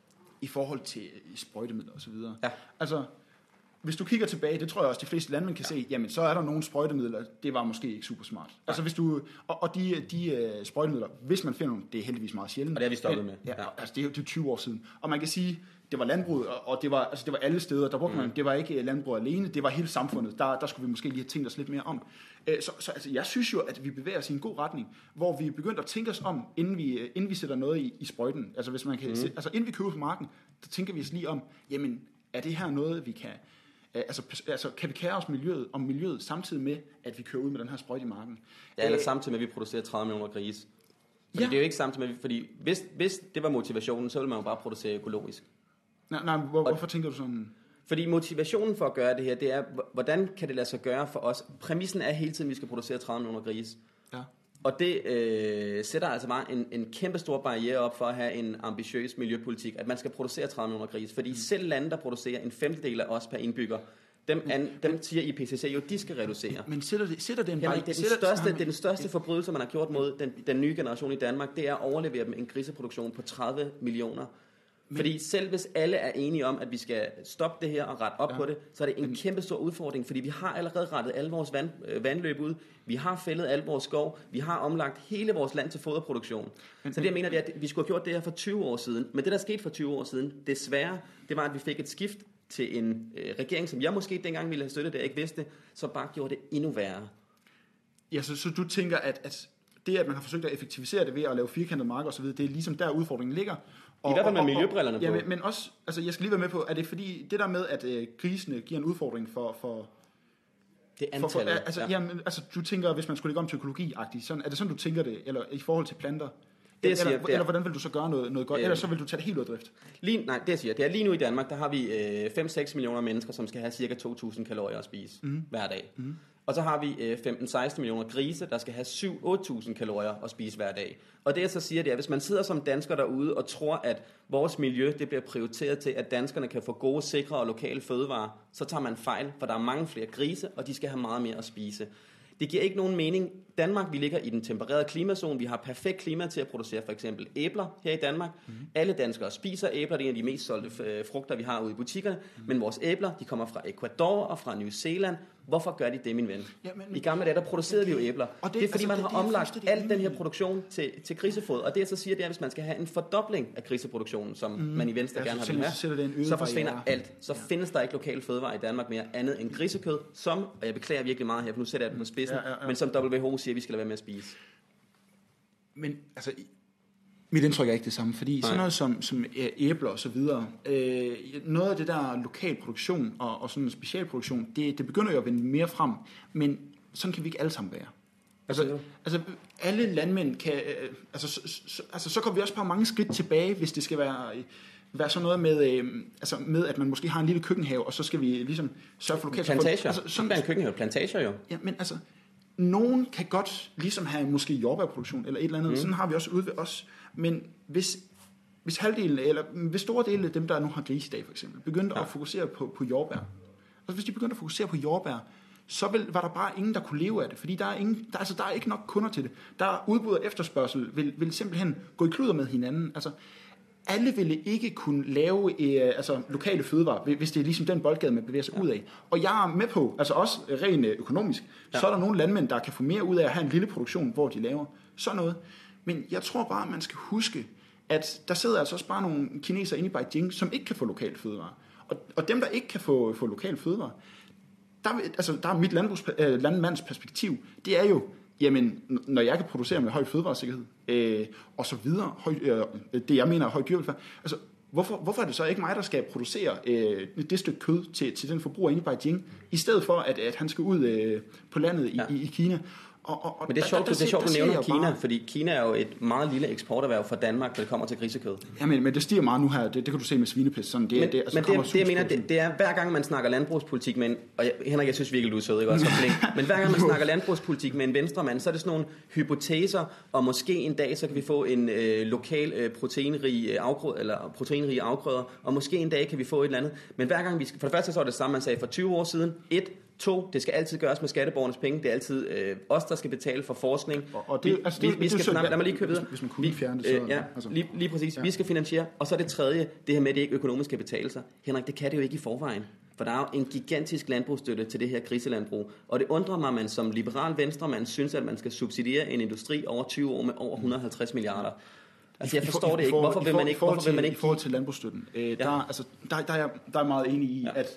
[SPEAKER 2] i forhold til sprøjtemidler og så videre, ja. Altså, hvis du kigger tilbage, det tror jeg også, de fleste landmænd kan ja. se, jamen så er der nogle sprøjtemidler, det var måske ikke super smart. Ja. Altså hvis du, og, og de, de uh, sprøjtemidler, hvis man finder nogle, det er heldigvis meget sjældent. Og det har vi stoppet med.
[SPEAKER 1] Ja, ja. Altså det er jo tyve år siden. Og man kan sige, det var landbruget, og det var, altså det var alle steder, der brugte mm. man, det var ikke landbruget alene, det var hele samfundet, der, der skulle vi måske lige have tænkt os lidt mere om. Så, så altså, jeg synes jo, at vi bevæger os i en god retning, hvor vi begynder at tænke os om, inden vi, inden vi sætter noget i, i sprøjten. Altså hvis man kan, mm. se, altså inden vi køber på marken, der tænker vi os lige om, jamen er det her noget, vi kan... Altså, altså kan vi kære os miljøet, om miljøet samtidig med, at vi kører ud med den her sprøjte i marken?
[SPEAKER 2] Ja, eller samtidig med, at vi producerer tredive millioner grise. Fordi ja. Det er jo ikke samtidig med, fordi hvis, hvis det var motivationen, så ville man jo bare producere økologisk.
[SPEAKER 1] Nej, nej hvor, hvorfor tænker du sådan?
[SPEAKER 2] Fordi motivationen for at gøre det her, det er, hvordan kan det lade sig gøre for os? Præmissen er hele tiden, at vi skal producere tredive millioner grise. Ja. Og det øh, sætter altså bare en, en kæmpe stor barriere op for at have en ambitiøs miljøpolitik, at man skal producere tredive millioner grise. Fordi mm. selv lande, der producerer en femtedel af os per indbygger, dem, an, dem siger I P C C jo, de skal reducere.
[SPEAKER 1] Men sætter det, sætter det en
[SPEAKER 2] barriere? Det er den største, det er den største forbrydelse, man har gjort mod den, den nye generation i Danmark, det er at overlevere dem en griseproduktion på tredive millioner. Men, fordi selv hvis alle er enige om, at vi skal stoppe det her og rette op ja, på det, så er det en men, kæmpe stor udfordring, fordi vi har allerede rettet alle vores vand, øh, vandløb ud, vi har fældet alle vores skov, vi har omlagt hele vores land til foderproduktion. Men, så det jeg mener, det er, at vi skulle have gjort det her for tyve år siden, men det der skete for tyve år siden, desværre, det var, at vi fik et skift til en øh, regering, som jeg måske dengang ville have støttet, det jeg ikke vidste, så bare gjorde det endnu værre.
[SPEAKER 1] Ja, så, så du tænker, at, at det, at man har forsøgt at effektivisere det ved at lave firkantede marker osv., det er ligesom der udfordringen ligger.
[SPEAKER 2] Og, I hvert fald med miljøbrillerne på.
[SPEAKER 1] Ja, men, men også, altså jeg skal lige være med på, er det fordi, det der med, at øh, grisene giver en udfordring for... for
[SPEAKER 2] det er antallet.
[SPEAKER 1] For, for, altså, ja. Jamen, altså, du tænker, hvis man skulle lægge om til økologi-agtigt, sådan, er det sådan, du tænker det, eller i forhold til planter? Det, eller, siger, eller, eller hvordan vil du så gøre noget, noget godt, øh, eller så vil du tage det helt ud af drift?
[SPEAKER 2] Lige, nej, det jeg siger, det er lige nu i Danmark, der har vi øh, fem til seks millioner mennesker, som skal have cirka to tusind kalorier at spise mm. hver dag. Mm. Og så har vi øh, femten til seksten millioner grise, der skal have syv til otte tusind kalorier at spise hver dag. Og det jeg så siger, det er, hvis man sidder som dansker derude og tror, at vores miljø det bliver prioriteret til, at danskerne kan få gode, sikre og lokale fødevarer, så tager man fejl, for der er mange flere grise, og de skal have meget mere at spise. Det giver ikke nogen mening. Danmark, vi ligger i den tempererede klimazone. Vi har perfekt klima til at producere for eksempel æbler her i Danmark. Mm. Alle danskere spiser æbler. Det er en af de mest solgte frugter, vi har ude i butikkerne. Mm. Men vores æbler, de kommer fra Ecuador og fra New Zealand. Hvorfor gør de det, min ven? Ja, men, I gamle dage, der producerede vi jo æbler. Og det, det er fordi, altså, man har det, det omlagt al den her produktion til, til grisefoder. Og det jeg så siger, det er, hvis man skal have en fordobling af griseproduktionen, som mm. man i Venstre ja, gerne har vil have, så forsvinder barriere. alt. Så ja. findes der ikke lokale fødevarer i Danmark mere andet end grisekød, som, og jeg beklager virkelig meget her, for nu sætter jeg den på spidsen, ja, ja, ja. men som W H O siger, vi skal lade være med at spise.
[SPEAKER 1] Men altså... Mit indtryk er ikke det samme, fordi Nej. sådan noget som, som æbler og så videre, øh, noget af det der lokal produktion og, og sådan en specialproduktion, det, det begynder jo at vende mere frem, men sådan kan vi ikke alle sammen være. Altså, altså alle landmænd kan, øh, altså, så, så, altså så kommer vi også på mange skridt tilbage, hvis det skal være, være sådan noget med, øh, altså med, at man måske har en lille køkkenhave, og så skal vi ligesom sørge for lokalt.
[SPEAKER 2] Plantager. Altså, sådan en køkkenhave, plantager jo.
[SPEAKER 1] Ja, men altså, nogen kan godt ligesom have måske jordbærproduktion eller et eller andet, mm. sådan har vi også ude ved os. Men hvis, hvis halvdelen, eller hvis store dele af dem, der nu har grise i dag for eksempel, begyndte ja. at fokusere på, på jordbær, altså hvis de begyndte at fokusere på jordbær, så vil, var der bare ingen, der kunne leve af det, fordi der er, ingen, der, altså, der er ikke nok kunder til det. Der er udbud og efterspørgsel, vil, vil simpelthen gå i kluder med hinanden. Altså, alle ville ikke kunne lave øh, altså, lokale fødevarer, hvis det er ligesom den boldgade, man bevæger sig ja. ud af. Og jeg er med på, altså også rent økonomisk, ja. så er der nogle landmænd, der kan få mere ud af at have en lille produktion, hvor de laver sådan noget. Men jeg tror bare, at man skal huske, at der sidder altså også bare nogle kinesere inde i Beijing, som ikke kan få lokale fødevarer. Og, og dem, der ikke kan få, få lokale fødevarer, der, altså, der er mit landbrugs, øh, landmands perspektiv, det er jo, jamen, når jeg kan producere med høj fødevaresikkerhed, øh, og så videre, høj, øh, det jeg mener er høj dyrevelfærd, altså, hvorfor, hvorfor er det så ikke mig, der skal producere øh, det stykke kød til, til den forbruger inde i Beijing, i stedet for, at, at han skal ud øh, på landet i, ja. i, i Kina? Og, og, og
[SPEAKER 2] Men det er sjovt, der, der, det er sjovt du nævner Kina, bare... fordi Kina er jo et meget lille eksporterhverv for Danmark, når det kommer til grisekød.
[SPEAKER 1] Ja, men, men det stiger meget nu her, det, det kan du se med svinepest. Sådan, det,
[SPEAKER 2] men
[SPEAKER 1] det, altså,
[SPEAKER 2] men det, det jeg mener, det, det er hver gang man snakker landbrugspolitik med en, og jeg, Henrik, jeg synes virkelig, du er sød, ikke også? Men hver gang man snakker landbrugspolitik med en venstremand, så er det sådan nogle hypoteser, og måske en dag, så kan vi få en øh, lokal øh, proteinrig afgrød, eller proteinrige afgrøder, og måske en dag kan vi få et eller andet. Men hver gang vi skal, for det første så er det samme, man sagde for tyve år siden, et, To, det skal altid gøres med skatteborgernes penge. Det er altid øh, os, der skal betale for forskning.
[SPEAKER 1] Og, og det,
[SPEAKER 2] vi,
[SPEAKER 1] altså, det,
[SPEAKER 2] vi, vi skal, det, nej, lad mig lige køre videre.
[SPEAKER 1] Hvis, hvis man kunne fjerne det, så...
[SPEAKER 2] Øh, ja, altså. lige, lige præcis. Ja. Vi skal finansiere. Og så er det tredje, det her med, at det ikke økonomisk skal betale sig. Henrik, det kan det jo ikke i forvejen. For der er jo en gigantisk landbrugsstøtte til det her griselandbrug. Og det undrer mig, at man som liberal venstremand synes, at man skal subsidiere en industri over tyve år med over et hundrede og halvtreds milliarder. Altså jeg forstår det ikke. Hvorfor vil man ikke... Hvorfor vil man ikke...
[SPEAKER 1] I forhold til landbrugsstøtten, øh, der, ja. altså, der, der, er jeg, der er meget enig i, ja. at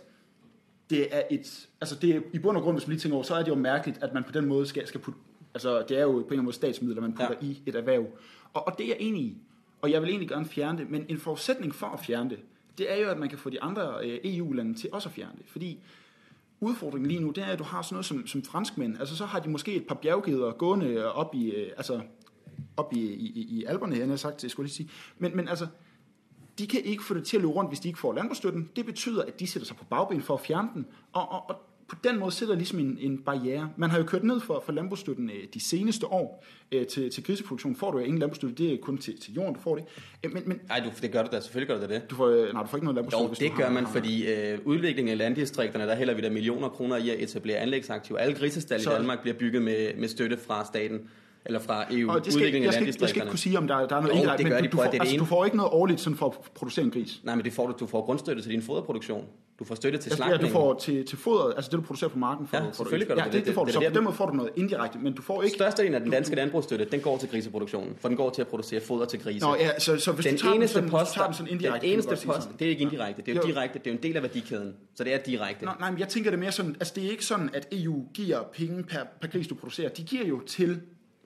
[SPEAKER 1] det er et, altså det er, i bund og grund, hvis man lige tænker over, så er det jo mærkeligt, at man på den måde skal, skal putte, altså det er jo på en eller anden måde statsmidler, man putter ja. i et erhverv. Og, og det er jeg enig i, og jeg vil egentlig gerne fjerne det, men en forudsætning for at fjerne det, det er jo, at man kan få de andre E U-lande til også at fjerne det, fordi udfordringen lige nu, det er, at du har sådan noget som, som franskmænd, altså så har de måske et par bjerggeder gående op i, altså op i, i, i Alperne, jeg har sagt, det skulle jeg sige, men, men altså, de kan ikke få det til at løbe rundt, hvis de ikke får landbrugsstøtten. Det betyder, at de sætter sig på bagben for at fjerne den. Og, og, og på den måde sætter ligesom en, en barriere. Man har jo kørt ned for, for landbrugsstøtten øh, de seneste år øh, til, til griseproduktion. Får du jo ingen landbrugsstøtte, det er kun til, til jorden, du får det.
[SPEAKER 2] Øh, men, men, Ej, du, det gør du da. Selvfølgelig gør du da det.
[SPEAKER 1] Du får, øh, nej, du får ikke noget landbrugsstøtte.
[SPEAKER 2] Jo, det gør man, fordi øh, udviklingen af landdistrikterne, der hælder vi der millioner kroner i at etablere anlægsaktiver. Alle grisestal i Danmark bliver bygget med, med støtte fra staten. Eller fra E U,
[SPEAKER 1] og det skal,
[SPEAKER 2] udviklingen af landdistrikterne.
[SPEAKER 1] Jeg skal ikke kunne sige, om der, der er noget indirekte, men du, du, får, altså, du får ikke noget årligt sådan for at producere en gris.
[SPEAKER 2] Nej, men det får du, du får grundstøtte til din foderproduktion. Du får støtte til slagtningen.
[SPEAKER 1] Ja, du får til, til foder, altså det du producerer på marken. For,
[SPEAKER 2] ja,
[SPEAKER 1] for
[SPEAKER 2] selvfølgelig gør du
[SPEAKER 1] ja,
[SPEAKER 2] det.
[SPEAKER 1] det, det får du.
[SPEAKER 2] det,
[SPEAKER 1] Så
[SPEAKER 2] det,
[SPEAKER 1] på den måde får du noget indirekte, men du får ikke...
[SPEAKER 2] Størstedelen af den danske landbrugsstøtte, den går til griseproduktionen, for den går til at producere foder til grise.
[SPEAKER 1] Nå ja, så, så hvis
[SPEAKER 2] den
[SPEAKER 1] du tager
[SPEAKER 2] eneste
[SPEAKER 1] den sådan,
[SPEAKER 2] post,
[SPEAKER 1] tager den sådan indirekte...
[SPEAKER 2] Den eneste post, det er ikke indirekte, det er jo direkte, det er jo en del af værdikæden, så det er direkte.
[SPEAKER 1] Nå, nej, men jeg tænker det mere sådan, altså det er ikke sådan, at E U giver penge per, per gris, du producerer. De giver jo til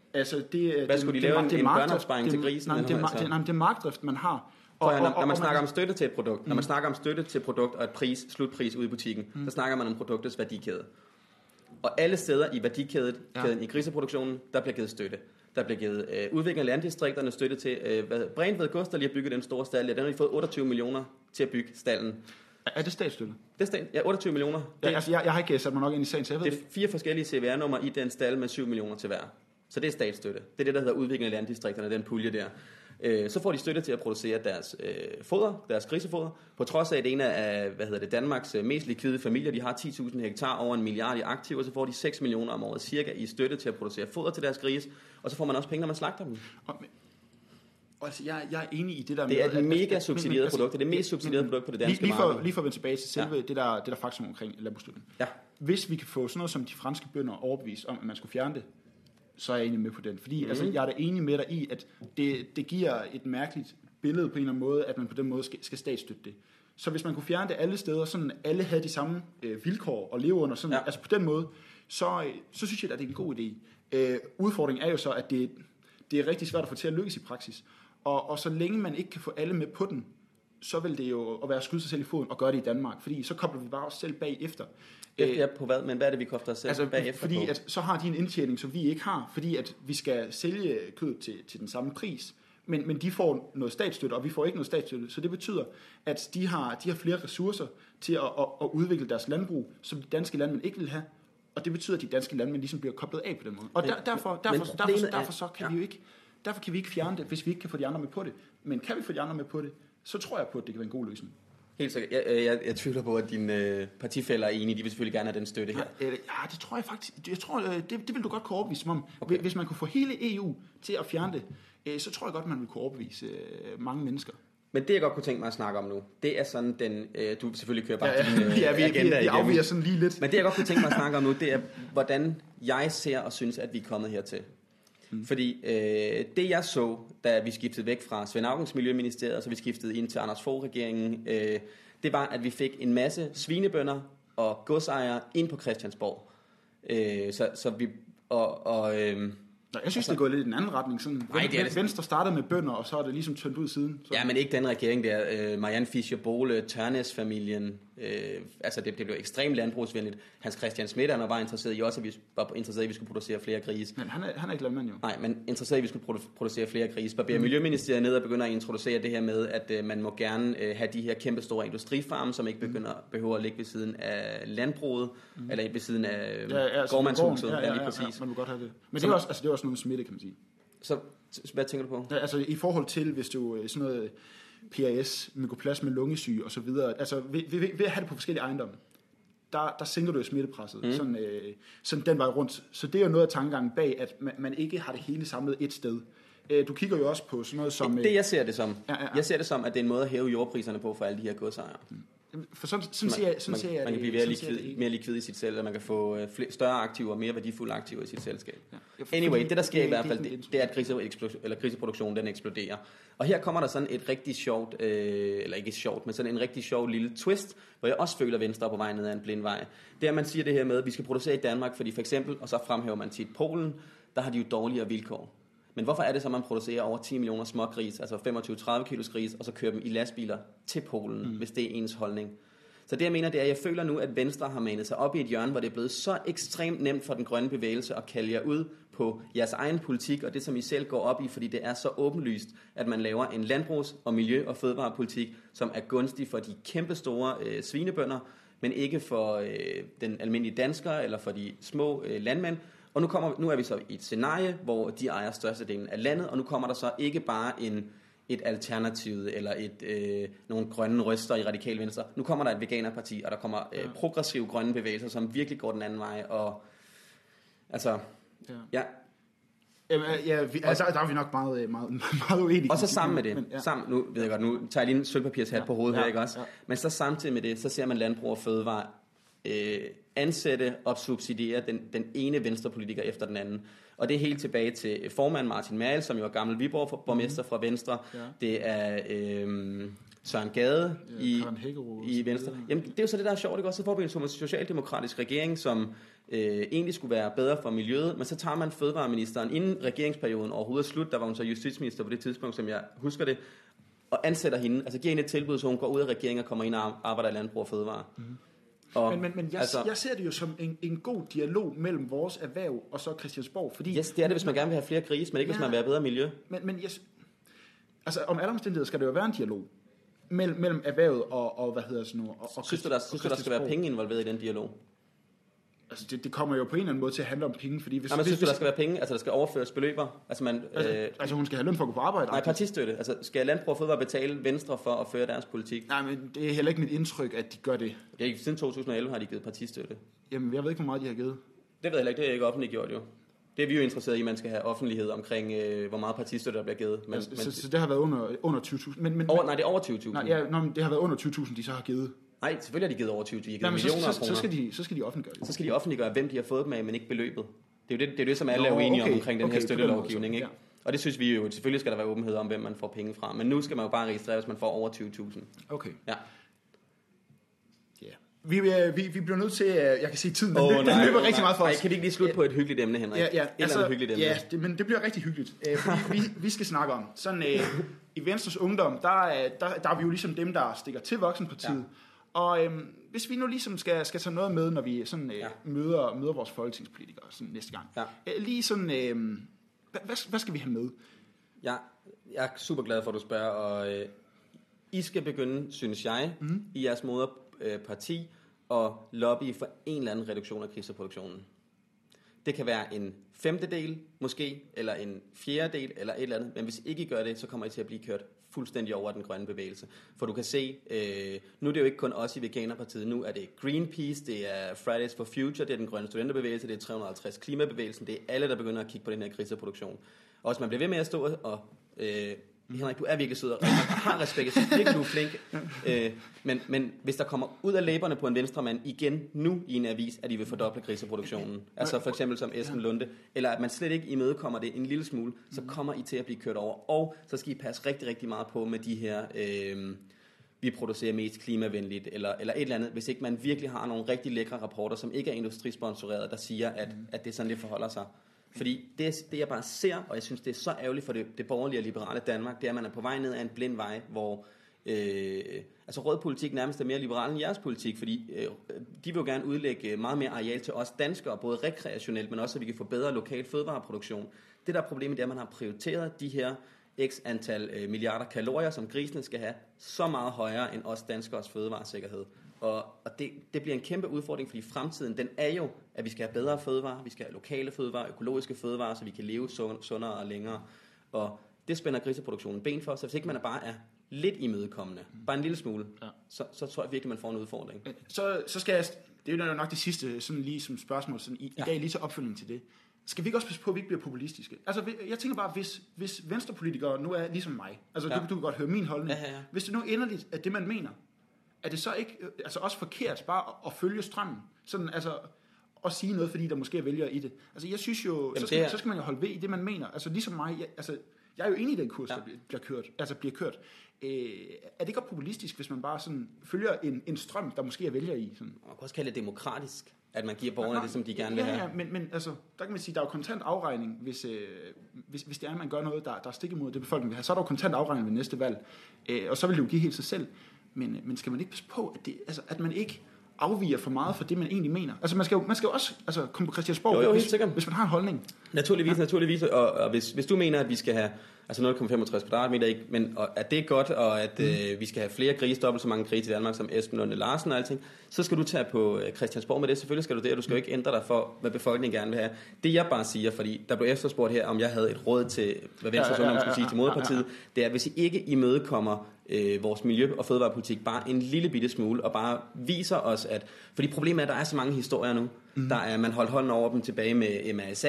[SPEAKER 1] Altså, det,
[SPEAKER 2] Hvad skulle de lave? En, en børneopsparing til grisen?
[SPEAKER 1] Nej, det, det,
[SPEAKER 2] altså?
[SPEAKER 1] det, nej, det er markdrift, man har.
[SPEAKER 2] Og, og, når, når man snakker om støtte til et produkt, mm. når man snakker om støtte til et produkt og et pris, slutpris ude i butikken, mm. så snakker man om produktets værdikæde. Og alle steder i værdikæden ja. i griseproduktionen, der bliver givet støtte. Der bliver givet øh, udvikling af landdistrikterne støtte til øh, Bræntved Gods, der lige har bygget den store stald. Ja, den har de fået otteogtyve millioner til at bygge stallen.
[SPEAKER 1] Er det statsstøtte?
[SPEAKER 2] Det er stat, ja, otteogtyve millioner.
[SPEAKER 1] Ja, altså, jeg, jeg har ikke sat mig nok ind i sagen, så jeg ved
[SPEAKER 2] det. Det er fire forskellige C V R-numre i den stald med syv millioner til hver. Så det er statsstøtte. Det er det, der hedder udvikling af landdistrikterne, den pulje der. Øh, så får de støtte til at producere deres øh, foder, deres grisefoder, på trods af, at det er en af hvad hedder det, Danmarks øh, mest likvide familier. De har ti tusind hektar, over en milliard i aktiver, så får de seks millioner om året cirka i støtte til at producere foder til deres grise, og så får man også penge, når man slagter dem.
[SPEAKER 1] Altså, jeg, jeg er enig i det der
[SPEAKER 2] det er
[SPEAKER 1] med...
[SPEAKER 2] et mega subsidieret altså, produkt. Det er det mest subsidierede produkt på det danske
[SPEAKER 1] lige, lige for,
[SPEAKER 2] marked.
[SPEAKER 1] Lige for at vende tilbage til selve ja. det, der, det der faktum omkring landbrugsstøtten.
[SPEAKER 2] Ja.
[SPEAKER 1] Hvis vi kan få sådan noget som de franske bønder overbevist om, at man skulle fjerne det, så er jeg enig med på den. Fordi mm. altså, jeg er da enig med dig i, at det, det giver et mærkeligt billede på en eller anden måde, at man på den måde skal, skal statsstøtte det. Så hvis man kunne fjerne det alle steder, sådan alle havde de samme øh, vilkår at leve under, sådan, ja. altså på den måde, så, så synes jeg, at det er en god idé. Øh, udfordringen er jo så, at det, det er rigtig svært at få til at lykkes i praksis. Og, og så længe man ikke kan få alle med på den, så vil det jo at være at skyde sig selv i foden og gøre det i Danmark. Fordi så kobler vi bare os selv bagefter.
[SPEAKER 2] Ja, på hvad? Men hvad er det, vi kobler os selv altså, bagefter
[SPEAKER 1] fordi
[SPEAKER 2] på?
[SPEAKER 1] At, så har de en indtjening, som vi ikke har, fordi at vi skal sælge kød til, til den samme pris. Men, men de får noget statsstøtte, og vi får ikke noget statsstøtte. Så det betyder, at de har, de har flere ressourcer til at, at, at udvikle deres landbrug, som de danske landmænd ikke vil have. Og det betyder, at de danske landmænd ligesom bliver koblet af på den måde. Og der, derfor, derfor, derfor, derfor, derfor så kan ja. vi jo ikke, derfor kan vi ikke fjerne det, hvis vi ikke kan få de andre med på det. Men kan vi få de andre med på det, så tror jeg på, at det kan være en god løsning.
[SPEAKER 2] Helt sikkert. Jeg, jeg, jeg tvivler på, at dine øh, partifæller er enige. De vil selvfølgelig gerne have den støtte her.
[SPEAKER 1] Ja, ja, det tror jeg faktisk. Jeg tror, det, det vil du godt kunne overbevise mig om. Okay. Hvis man kunne få hele E U til at fjerne det, øh, så tror jeg godt, man vil kunne overbevise øh, mange mennesker.
[SPEAKER 2] Men det, jeg godt kunne tænke mig at snakke om nu, det er sådan den... Øh, du selvfølgelig kører bare
[SPEAKER 1] ja,
[SPEAKER 2] din øh,
[SPEAKER 1] ja, vi,
[SPEAKER 2] agenda
[SPEAKER 1] vi, vi afviger sådan lige lidt.
[SPEAKER 2] Men det, jeg godt kunne tænke mig at snakke om nu, det er, hvordan jeg ser og synes, at vi er kommet hertil. Mm. Fordi øh, det jeg så, da vi skiftede væk fra Svend Augens Miljøministeriet, og så vi skiftede ind til Anders Fogh-regeringen, øh, det var, at vi fik en masse svinebønder og godsejere ind på Christiansborg. Øh, så, så vi... Og, og, øh,
[SPEAKER 1] Nå, jeg synes, altså, det går lidt i den anden retning. Sådan, nej, det er Venstre startede med bønder, og så er det ligesom tyndt ud siden. Så.
[SPEAKER 2] Ja, men ikke den regering der. Øh, Marianne Fischer-Bohle, Tørnæs-familien. Øh, altså, det, det blev ekstremt landbrugsvenligt. Hans Christian Schmidt, han var interesseret i også, at vi var interesseret i, at vi skulle producere flere grise.
[SPEAKER 1] Men han er, han er ikke landmand jo.
[SPEAKER 2] Nej, men interesseret i, at vi skulle produ- producere flere grise. Barberer mm. Miljøministeriet ned og begynder at introducere det her med, at øh, man må gerne øh, have de her kæmpe store industrifarme, som ikke begynder, behøver at ligge ved siden af landbruget, mm. eller ved siden af øh, ja, ja, gårdmandshuset.
[SPEAKER 1] Ja, ja, ja, ja, ja, man vil godt have det. Men det er, også, altså, det er også noget smitte, kan man sige.
[SPEAKER 2] Så hvad tænker du på?
[SPEAKER 1] Ja, altså i forhold til, hvis du sådan noget P A S, mykoplasma, lungesyge og så videre, altså ved, ved, ved at have det på forskellige ejendomme, der, der sænker du jo smittepresset, mm. sådan, øh, sådan den vej rundt. Så det er jo noget af tankegangen bag, at man, man ikke har det hele samlet et sted. Øh, du kigger jo også på sådan noget som...
[SPEAKER 2] Det jeg ser det som, ja, ja, ja. jeg ser det som, at det er en måde at hæve jordpriserne på for alle de her godsejere. Mm.
[SPEAKER 1] For sådan, sådan, man, ser jeg, sådan
[SPEAKER 2] man,
[SPEAKER 1] ser jeg
[SPEAKER 2] man
[SPEAKER 1] det,
[SPEAKER 2] kan blive mere likvid, mere likvid i sit selv, og man kan få uh, flere, større aktiver, mere værdifulde aktiver i sit selskab. Ja. Anyway, det der sker i hvert fald, det, det er, at grise, eller griseproduktionen den eksploderer. Og her kommer der sådan et rigtig sjovt, øh, eller ikke sjovt, men sådan en rigtig sjov lille twist, hvor jeg også føler, at Venstre er på vej ned ad en blind vej. Det er, at man siger det her med, at vi skal producere i Danmark, fordi for eksempel, og så fremhæver man tit Polen, der har de jo dårligere vilkår. Men hvorfor er det så, at man producerer over ti millioner smågris, altså femogtyve til tredive kilos gris, og så kører dem i lastbiler til Polen, mm. hvis det er ens holdning? Så det jeg mener, det er, at jeg føler nu, at Venstre har manet sig op i et hjørne, hvor det er blevet så ekstremt nemt for den grønne bevægelse at kalde jer ud på jeres egen politik, og det som I selv går op i, fordi det er så åbenlyst, at man laver en landbrugs- og miljø- og fødevarepolitik, som er gunstig for de kæmpe store øh, svinebønder, men ikke for øh, den almindelige dansker eller for de små øh, landmænd. Og nu, kommer, nu er vi så i et scenarie, hvor de ejer størstedelen af landet, og nu kommer der så ikke bare en... et alternativ eller et øh, nogle grønne røster i Radikal Venstre. Nu kommer der et veganerparti, og der kommer øh, progressive grønne bevægelser, som virkelig går den anden vej. Og altså, ja. ja.
[SPEAKER 1] Jamen, ja, vi, altså, der er vi nok meget, meget, meget uenige.
[SPEAKER 2] Og så sammen med det, men, ja. sammen, nu ved jeg godt, nu tager jeg lige en sølvpapirshat ja. på hovedet ja. her, ikke også? Ja. Men så samtidig med det, så ser man landbrug og fødevare øh, ansætte og subsidiere den, den ene venstrepolitiker efter den anden. Og det er helt tilbage til formand Martin Merrild, som jo er gammel Viborg-borgmester fra Venstre. Ja. Det er øh, Søren Gade ja, i, i Venstre. Jamen, det er jo så det, der er sjovt, ikke også? Så får vi en socialdemokratisk regering, som øh, egentlig skulle være bedre for miljøet, men så tager man fødevareministeren, inden regeringsperioden overhovedet er slut, der var hun så justitsminister på det tidspunkt, som jeg husker det, og ansætter hende, altså giver hende et tilbud, så hun går ud af regeringen og kommer ind og arbejder i landbrug og fødevare. Mm.
[SPEAKER 1] Og, men men, men jeg, altså, jeg ser det jo som en, en god dialog mellem vores erhverv og så Christiansborg, fordi...
[SPEAKER 2] Yes, det er det, hvis man gerne vil have flere grise, men ikke ja, hvis man vil have bedre miljø.
[SPEAKER 1] Men, men yes, altså om alle omstændigheder skal det jo være en dialog mellem, mellem erhvervet og, og hvad hedder sådan noget... Og, og
[SPEAKER 2] synes du, der, synes du, der skal være penge involveret i den dialog?
[SPEAKER 1] Altså det, det kommer jo på en eller anden måde til at handle om penge, fordi hvis...
[SPEAKER 2] Nej, men synes du, der skal være penge? Altså der skal overføres beløber? Altså, man,
[SPEAKER 1] altså, øh, altså hun skal have løn for at gå på arbejde?
[SPEAKER 2] Nej, partistøtte. Altså skal Landbrug og Fødevare betale Venstre for at føre deres politik?
[SPEAKER 1] Nej, men det er heller ikke mit indtryk, at de gør det.
[SPEAKER 2] Det er ikke, siden to tusind og elleve har de givet partistøtte.
[SPEAKER 1] Jamen, jeg ved ikke, hvor meget de har givet.
[SPEAKER 2] Det ved jeg heller ikke, det er ikke offentliggjort jo. Det er vi jo interesseret i, at man skal have offentlighed omkring, øh, hvor meget partistøtte der bliver givet. Men,
[SPEAKER 1] altså,
[SPEAKER 2] men,
[SPEAKER 1] så, så det har været under, under tyve tusind? Men, men,
[SPEAKER 2] over, nej, det er over tyve tusind.
[SPEAKER 1] Nej, ja, nå, det har været under tyve tusind, de så har givet.
[SPEAKER 2] Nej, selvfølgelig har de givet over tyve tusind. De har givet
[SPEAKER 1] nej,
[SPEAKER 2] millioner
[SPEAKER 1] så,
[SPEAKER 2] af kroner.
[SPEAKER 1] Så skal, de, så skal de offentliggøre det.
[SPEAKER 2] Så skal de offentliggøre, hvem de har fået dem af, men ikke beløbet. Det er jo det, det, er det som alle Nå, er uenige okay, om omkring den okay, her støttelovgivning. Ikke? Ja. Og det synes vi jo, selvfølgelig skal der være åbenhed om, hvem man får penge fra. Men nu skal man jo bare registrere, hvis man får over tyve tusind.
[SPEAKER 1] Okay.
[SPEAKER 2] Ja.
[SPEAKER 1] Yeah. Vi, vi, vi bliver nødt til, jeg kan sige tiden, den,
[SPEAKER 2] oh,
[SPEAKER 1] den
[SPEAKER 2] nej,
[SPEAKER 1] løber
[SPEAKER 2] oh,
[SPEAKER 1] rigtig meget for os.
[SPEAKER 2] Nej, kan vi ikke lige slutte på et hyggeligt emne, Henrik?
[SPEAKER 1] Ja, ja,
[SPEAKER 2] et
[SPEAKER 1] altså,
[SPEAKER 2] eller hyggeligt emne.
[SPEAKER 1] Ja, det, men det bliver rigtig hyggeligt. vi, vi skal snakke om, sådan øh, i Venstres Ungdom, der, der, der er vi jo ligesom dem, der stikker til Voksenpartiet. Ja. Og øhm, hvis vi nu ligesom skal, skal tage noget med, når vi sådan, øh, ja. møder, møder vores folketingspolitikere sådan næste gang. Ja. Øh, lige sådan, øh, hvad, hvad skal vi have med?
[SPEAKER 2] Ja, jeg er super glad for, at du spørger, og øh, I skal begynde, synes jeg, mm. i jeres moderparti at lobbye for en eller anden reduktion af kriseproduktionen. Det kan være en femtedel måske, eller en fjerdedel, eller et eller andet, men hvis ikke I gør det, så kommer I til at blive kørt fuldstændig over den grønne bevægelse. For du kan se, øh, nu er det jo ikke kun os i Veganerpartiet, nu er det Greenpeace, det er Fridays for Future, det er den grønne studenterbevægelse, det er tre hundrede og halvtreds klimabevægelsen, det er alle, der begynder at kigge på den her kriseproduktion. Og hvis man bliver ved med at stå og... Øh, Henrik, du er virkelig sød og har respekt, jeg synes virkelig, du er flink. Øh, men, men hvis der kommer ud af læberne på en venstremand igen nu i en avis, at de vil fordoble kriseproduktionen, altså for eksempel som Esben Lunde, eller at man slet ikke imødekommer det en lille smule, så kommer I til at blive kørt over. Og så skal I passe rigtig, rigtig meget på med de her, øh, vi producerer mest klimavenligt, eller, eller et eller andet, hvis ikke man virkelig har nogle rigtig lækre rapporter, som ikke er industrisponsoreret, der siger, at, at det sådan lidt forholder sig. Fordi det, det jeg bare ser, og jeg synes det er så ærgerligt for det, det borgerlige og liberale Danmark, det er, at man er på vej ned ad en blind vej, hvor øh, altså rød politik nærmest er mere liberal end jeres politik, fordi øh, de vil jo gerne udlægge meget mere areal til os danskere, både rekreationelt, men også så vi kan få bedre lokal fødevareproduktion. Det der er problemet, det er, at man har prioriteret de her x antal øh, milliarder kalorier, som grisene skal have, så meget højere end os danskers fødevaresikkerhed. Og, og det, det bliver en kæmpe udfordring, fordi fremtiden, den er jo, at vi skal have bedre fødevarer, vi skal have lokale fødevarer, økologiske fødevarer, så vi kan leve sundere og længere. Og det spænder griseproduktionen ben for, så hvis ikke man bare er lidt imødekommende, bare en lille smule, ja. så, så tror jeg virkelig, man får en udfordring.
[SPEAKER 1] Så, så skal jeg, det er jo nok det sidste, sådan lige som spørgsmål, sådan i, ja. i dag lige til opfølgning til det. Skal vi ikke også passe på, at vi ikke bliver populistiske? Altså, jeg tænker bare, hvis, hvis venstrepolitikere nu er ligesom mig, altså ja. du, du kan godt høre min holdning, ja, ja, ja. hvis det nu endeligt er det, man mener, er det så ikke altså også forkert bare at, at følge strømmen? Sådan, altså, at sige noget, fordi der måske er vælgere i det. Altså, jeg synes jo, så skal, er... så skal man jo holde ved i det, man mener. Altså, ligesom mig, jeg, altså, jeg er jo enig i den kurs, ja. der bliver kørt. Altså, bliver kørt. Øh, er det ikke populistisk, hvis man bare sådan følger en, en strøm, der måske er vælgere i? Sådan?
[SPEAKER 2] Man kan også kalde det demokratisk, at man giver borgerne det, som de gerne vil
[SPEAKER 1] ja,
[SPEAKER 2] have.
[SPEAKER 1] Ja, men, men altså, der kan man sige, der er jo kontant afregning, hvis, øh, hvis, hvis det er, at man gør noget, der, der er stik imod det, befolkningen vil have. Så er der jo kontant afregning ved næste valg. Øh, og så vil det jo give helt sig selv. Men, men skal man ikke passe på, at, det, altså, at man ikke afviger for meget fra det, man egentlig mener? Altså, man skal jo, man skal jo også altså, komme på Christiansborg, jo, jo, hvis, hvis man har en holdning.
[SPEAKER 2] Naturligvis, ja. naturligvis. Og, og hvis, hvis du mener, at vi skal have altså nul komma femogtres kvadratmeter, ikke, men og, at det er godt, og at mm. øh, vi skal have flere grise, dobbelt så mange grise i Danmark, som Esben Lunde Larsen og alting, så skal du tage på Christiansborg med det. Selvfølgelig skal du det, og du skal jo ikke ændre dig for, hvad befolkningen gerne vil have. Det jeg bare siger, fordi der blev efterspurgt her, om jeg havde et råd til, hvad Venstres Ungdom skulle sige til moderpartiet, det er, at hvis I ikke imødekommer øh, vores miljø- og fødevarepolitik bare en lille bitte smule, og bare viser os, at... Fordi problemet er, at der er så mange historier nu. Mm. Der er, man holdt hånden over dem tilbage med M R S A, der var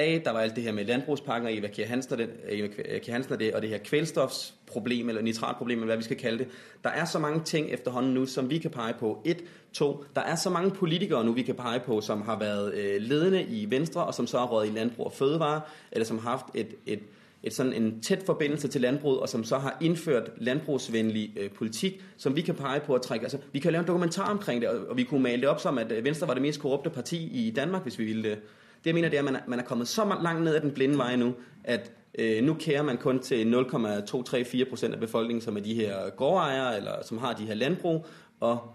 [SPEAKER 2] alt det her med landbrugspakker, Eva Kjær Hansen, den, Eva Kjær Hansen og det, og det her kvælstofsproblem, eller nitratproblem, eller hvad vi skal kalde det. Der er så mange ting efterhånden nu, som vi kan pege på. Et, to, der er så mange politikere nu, vi kan pege på, som har været øh, ledende i Venstre, og som så har røget i landbrug og fødevare, eller som har haft et, et, et sådan en tæt forbindelse til landbruget, og som så har indført landbrugsvenlig øh, politik, som vi kan pege på at trække. Altså, vi kan lave en dokumentar omkring det, og, og vi kunne male det op som, at Venstre var det mest korrupte parti i Danmark, hvis vi ville det. Det jeg mener, det er, at man er, man er kommet så langt ned ad den blinde vej nu, at øh, nu kærer man kun til nul komma to tre fire procent af befolkningen, som er de her gårdejere, eller som har de her landbrug, og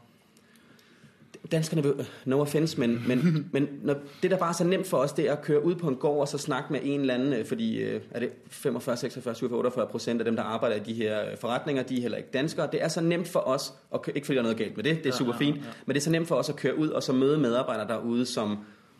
[SPEAKER 2] danskerne vil, no offense, men, men, men når det der bare er så nemt for os, det er at køre ud på en gård og så snakke med en eller anden, fordi øh, er det femogfyrre, seksogfyrre, syvogfyrre, otteogfyrre procent af dem, der arbejder i de her forretninger, de er heller ikke danskere. Det er så nemt for os, og ikke fordi der er noget galt med det, det er super fint, men det er så nemt for os at køre ud og så møde medarbejdere derude, som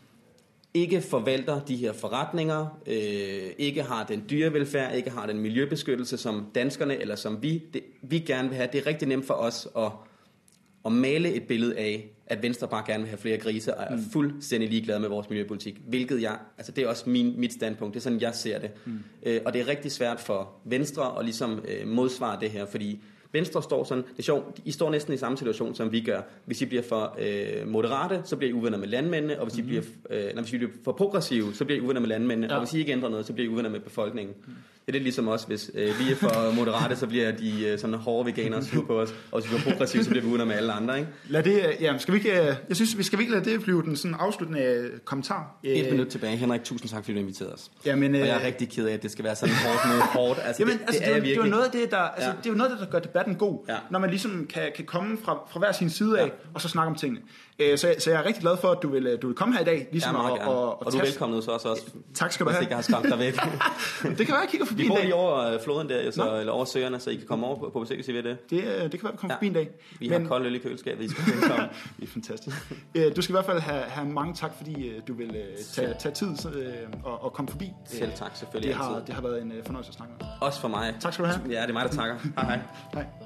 [SPEAKER 2] ikke forvalter de her forretninger, øh, ikke har den dyrevelfærd, ikke har den miljøbeskyttelse, som danskerne, eller som vi, det, vi gerne vil have. Det er rigtig nemt for os at, at male et billede af, at Venstre bare gerne vil have flere grise, og er mm. fuldstændig ligeglade med vores miljøpolitik. Hvilket jeg, altså det er også min, mit standpunkt, det er sådan, jeg ser det. Mm. Øh, og det er rigtig svært for Venstre at ligesom øh, modsvare det her, fordi Venstre står sådan, det er sjovt, I står næsten i samme situation, som vi gør. Hvis I bliver for øh, moderate, så bliver I uvenner med landmændene, og hvis I mm. bliver, øh, når, hvis I bliver for progressive, så bliver I uvenner med landmændene, ja. Og hvis I ikke ændrer noget, så bliver I uvenner med befolkningen. Mm. Det er lidt ligesom os, hvis øh, vi er for moderate, så bliver de øh, sådan hårde veganere sur på os, og hvis vi er for progressive, så bliver vi uvenner med alle andre, ikke?
[SPEAKER 1] Lad det, ja, skal vi ikke, jeg synes, vi skal ikke lade det blive den sådan afsluttende kommentar.
[SPEAKER 2] Et minut tilbage. Henrik, tusind tak, fordi du inviterede os.
[SPEAKER 1] Jamen, øh,
[SPEAKER 2] og jeg er rigtig ked af, at det skal være sådan hårdt mod hårdt. Altså,
[SPEAKER 1] jamen,
[SPEAKER 2] det,
[SPEAKER 1] altså,
[SPEAKER 2] det, er
[SPEAKER 1] det, det, er jo noget af det, der, altså,
[SPEAKER 2] ja.
[SPEAKER 1] det er jo noget af det, der gør debatten god,
[SPEAKER 2] ja.
[SPEAKER 1] Når man ligesom kan, kan komme fra, fra hver sin side af, ja. Og så snakke om tingene. Øh, så, så jeg er rigtig glad for, at du vil, du vil komme her i dag. Ligesom,
[SPEAKER 2] ja,
[SPEAKER 1] og,
[SPEAKER 2] og, og,
[SPEAKER 1] og
[SPEAKER 2] og du er velkommen hos os også.
[SPEAKER 1] Tak skal du have.
[SPEAKER 2] Hvis ikke jeg har skræmt dig væk.
[SPEAKER 1] Det kan være, jeg kigger forbi
[SPEAKER 2] vi
[SPEAKER 1] en dag.
[SPEAKER 2] Vi bor lige over floden der, så, eller over søerne, så I kan komme over på, på besøg, hvis I vil det.
[SPEAKER 1] Det, det kan være, vi kommer ja. forbi en dag.
[SPEAKER 2] Vi Men, har kold øl i køleskabet, I skal velkommen.
[SPEAKER 1] Det er fantastisk. Du skal i hvert fald have, have mange tak, fordi du vil tage, tage tid og, og komme forbi.
[SPEAKER 2] Selv tak, selvfølgelig.
[SPEAKER 1] Det har, det har været en fornøjelse at snakke med.
[SPEAKER 2] Også for mig.
[SPEAKER 1] Tak skal du have.
[SPEAKER 2] Ja, det er mig, der takker. Hej hej.
[SPEAKER 1] Hej.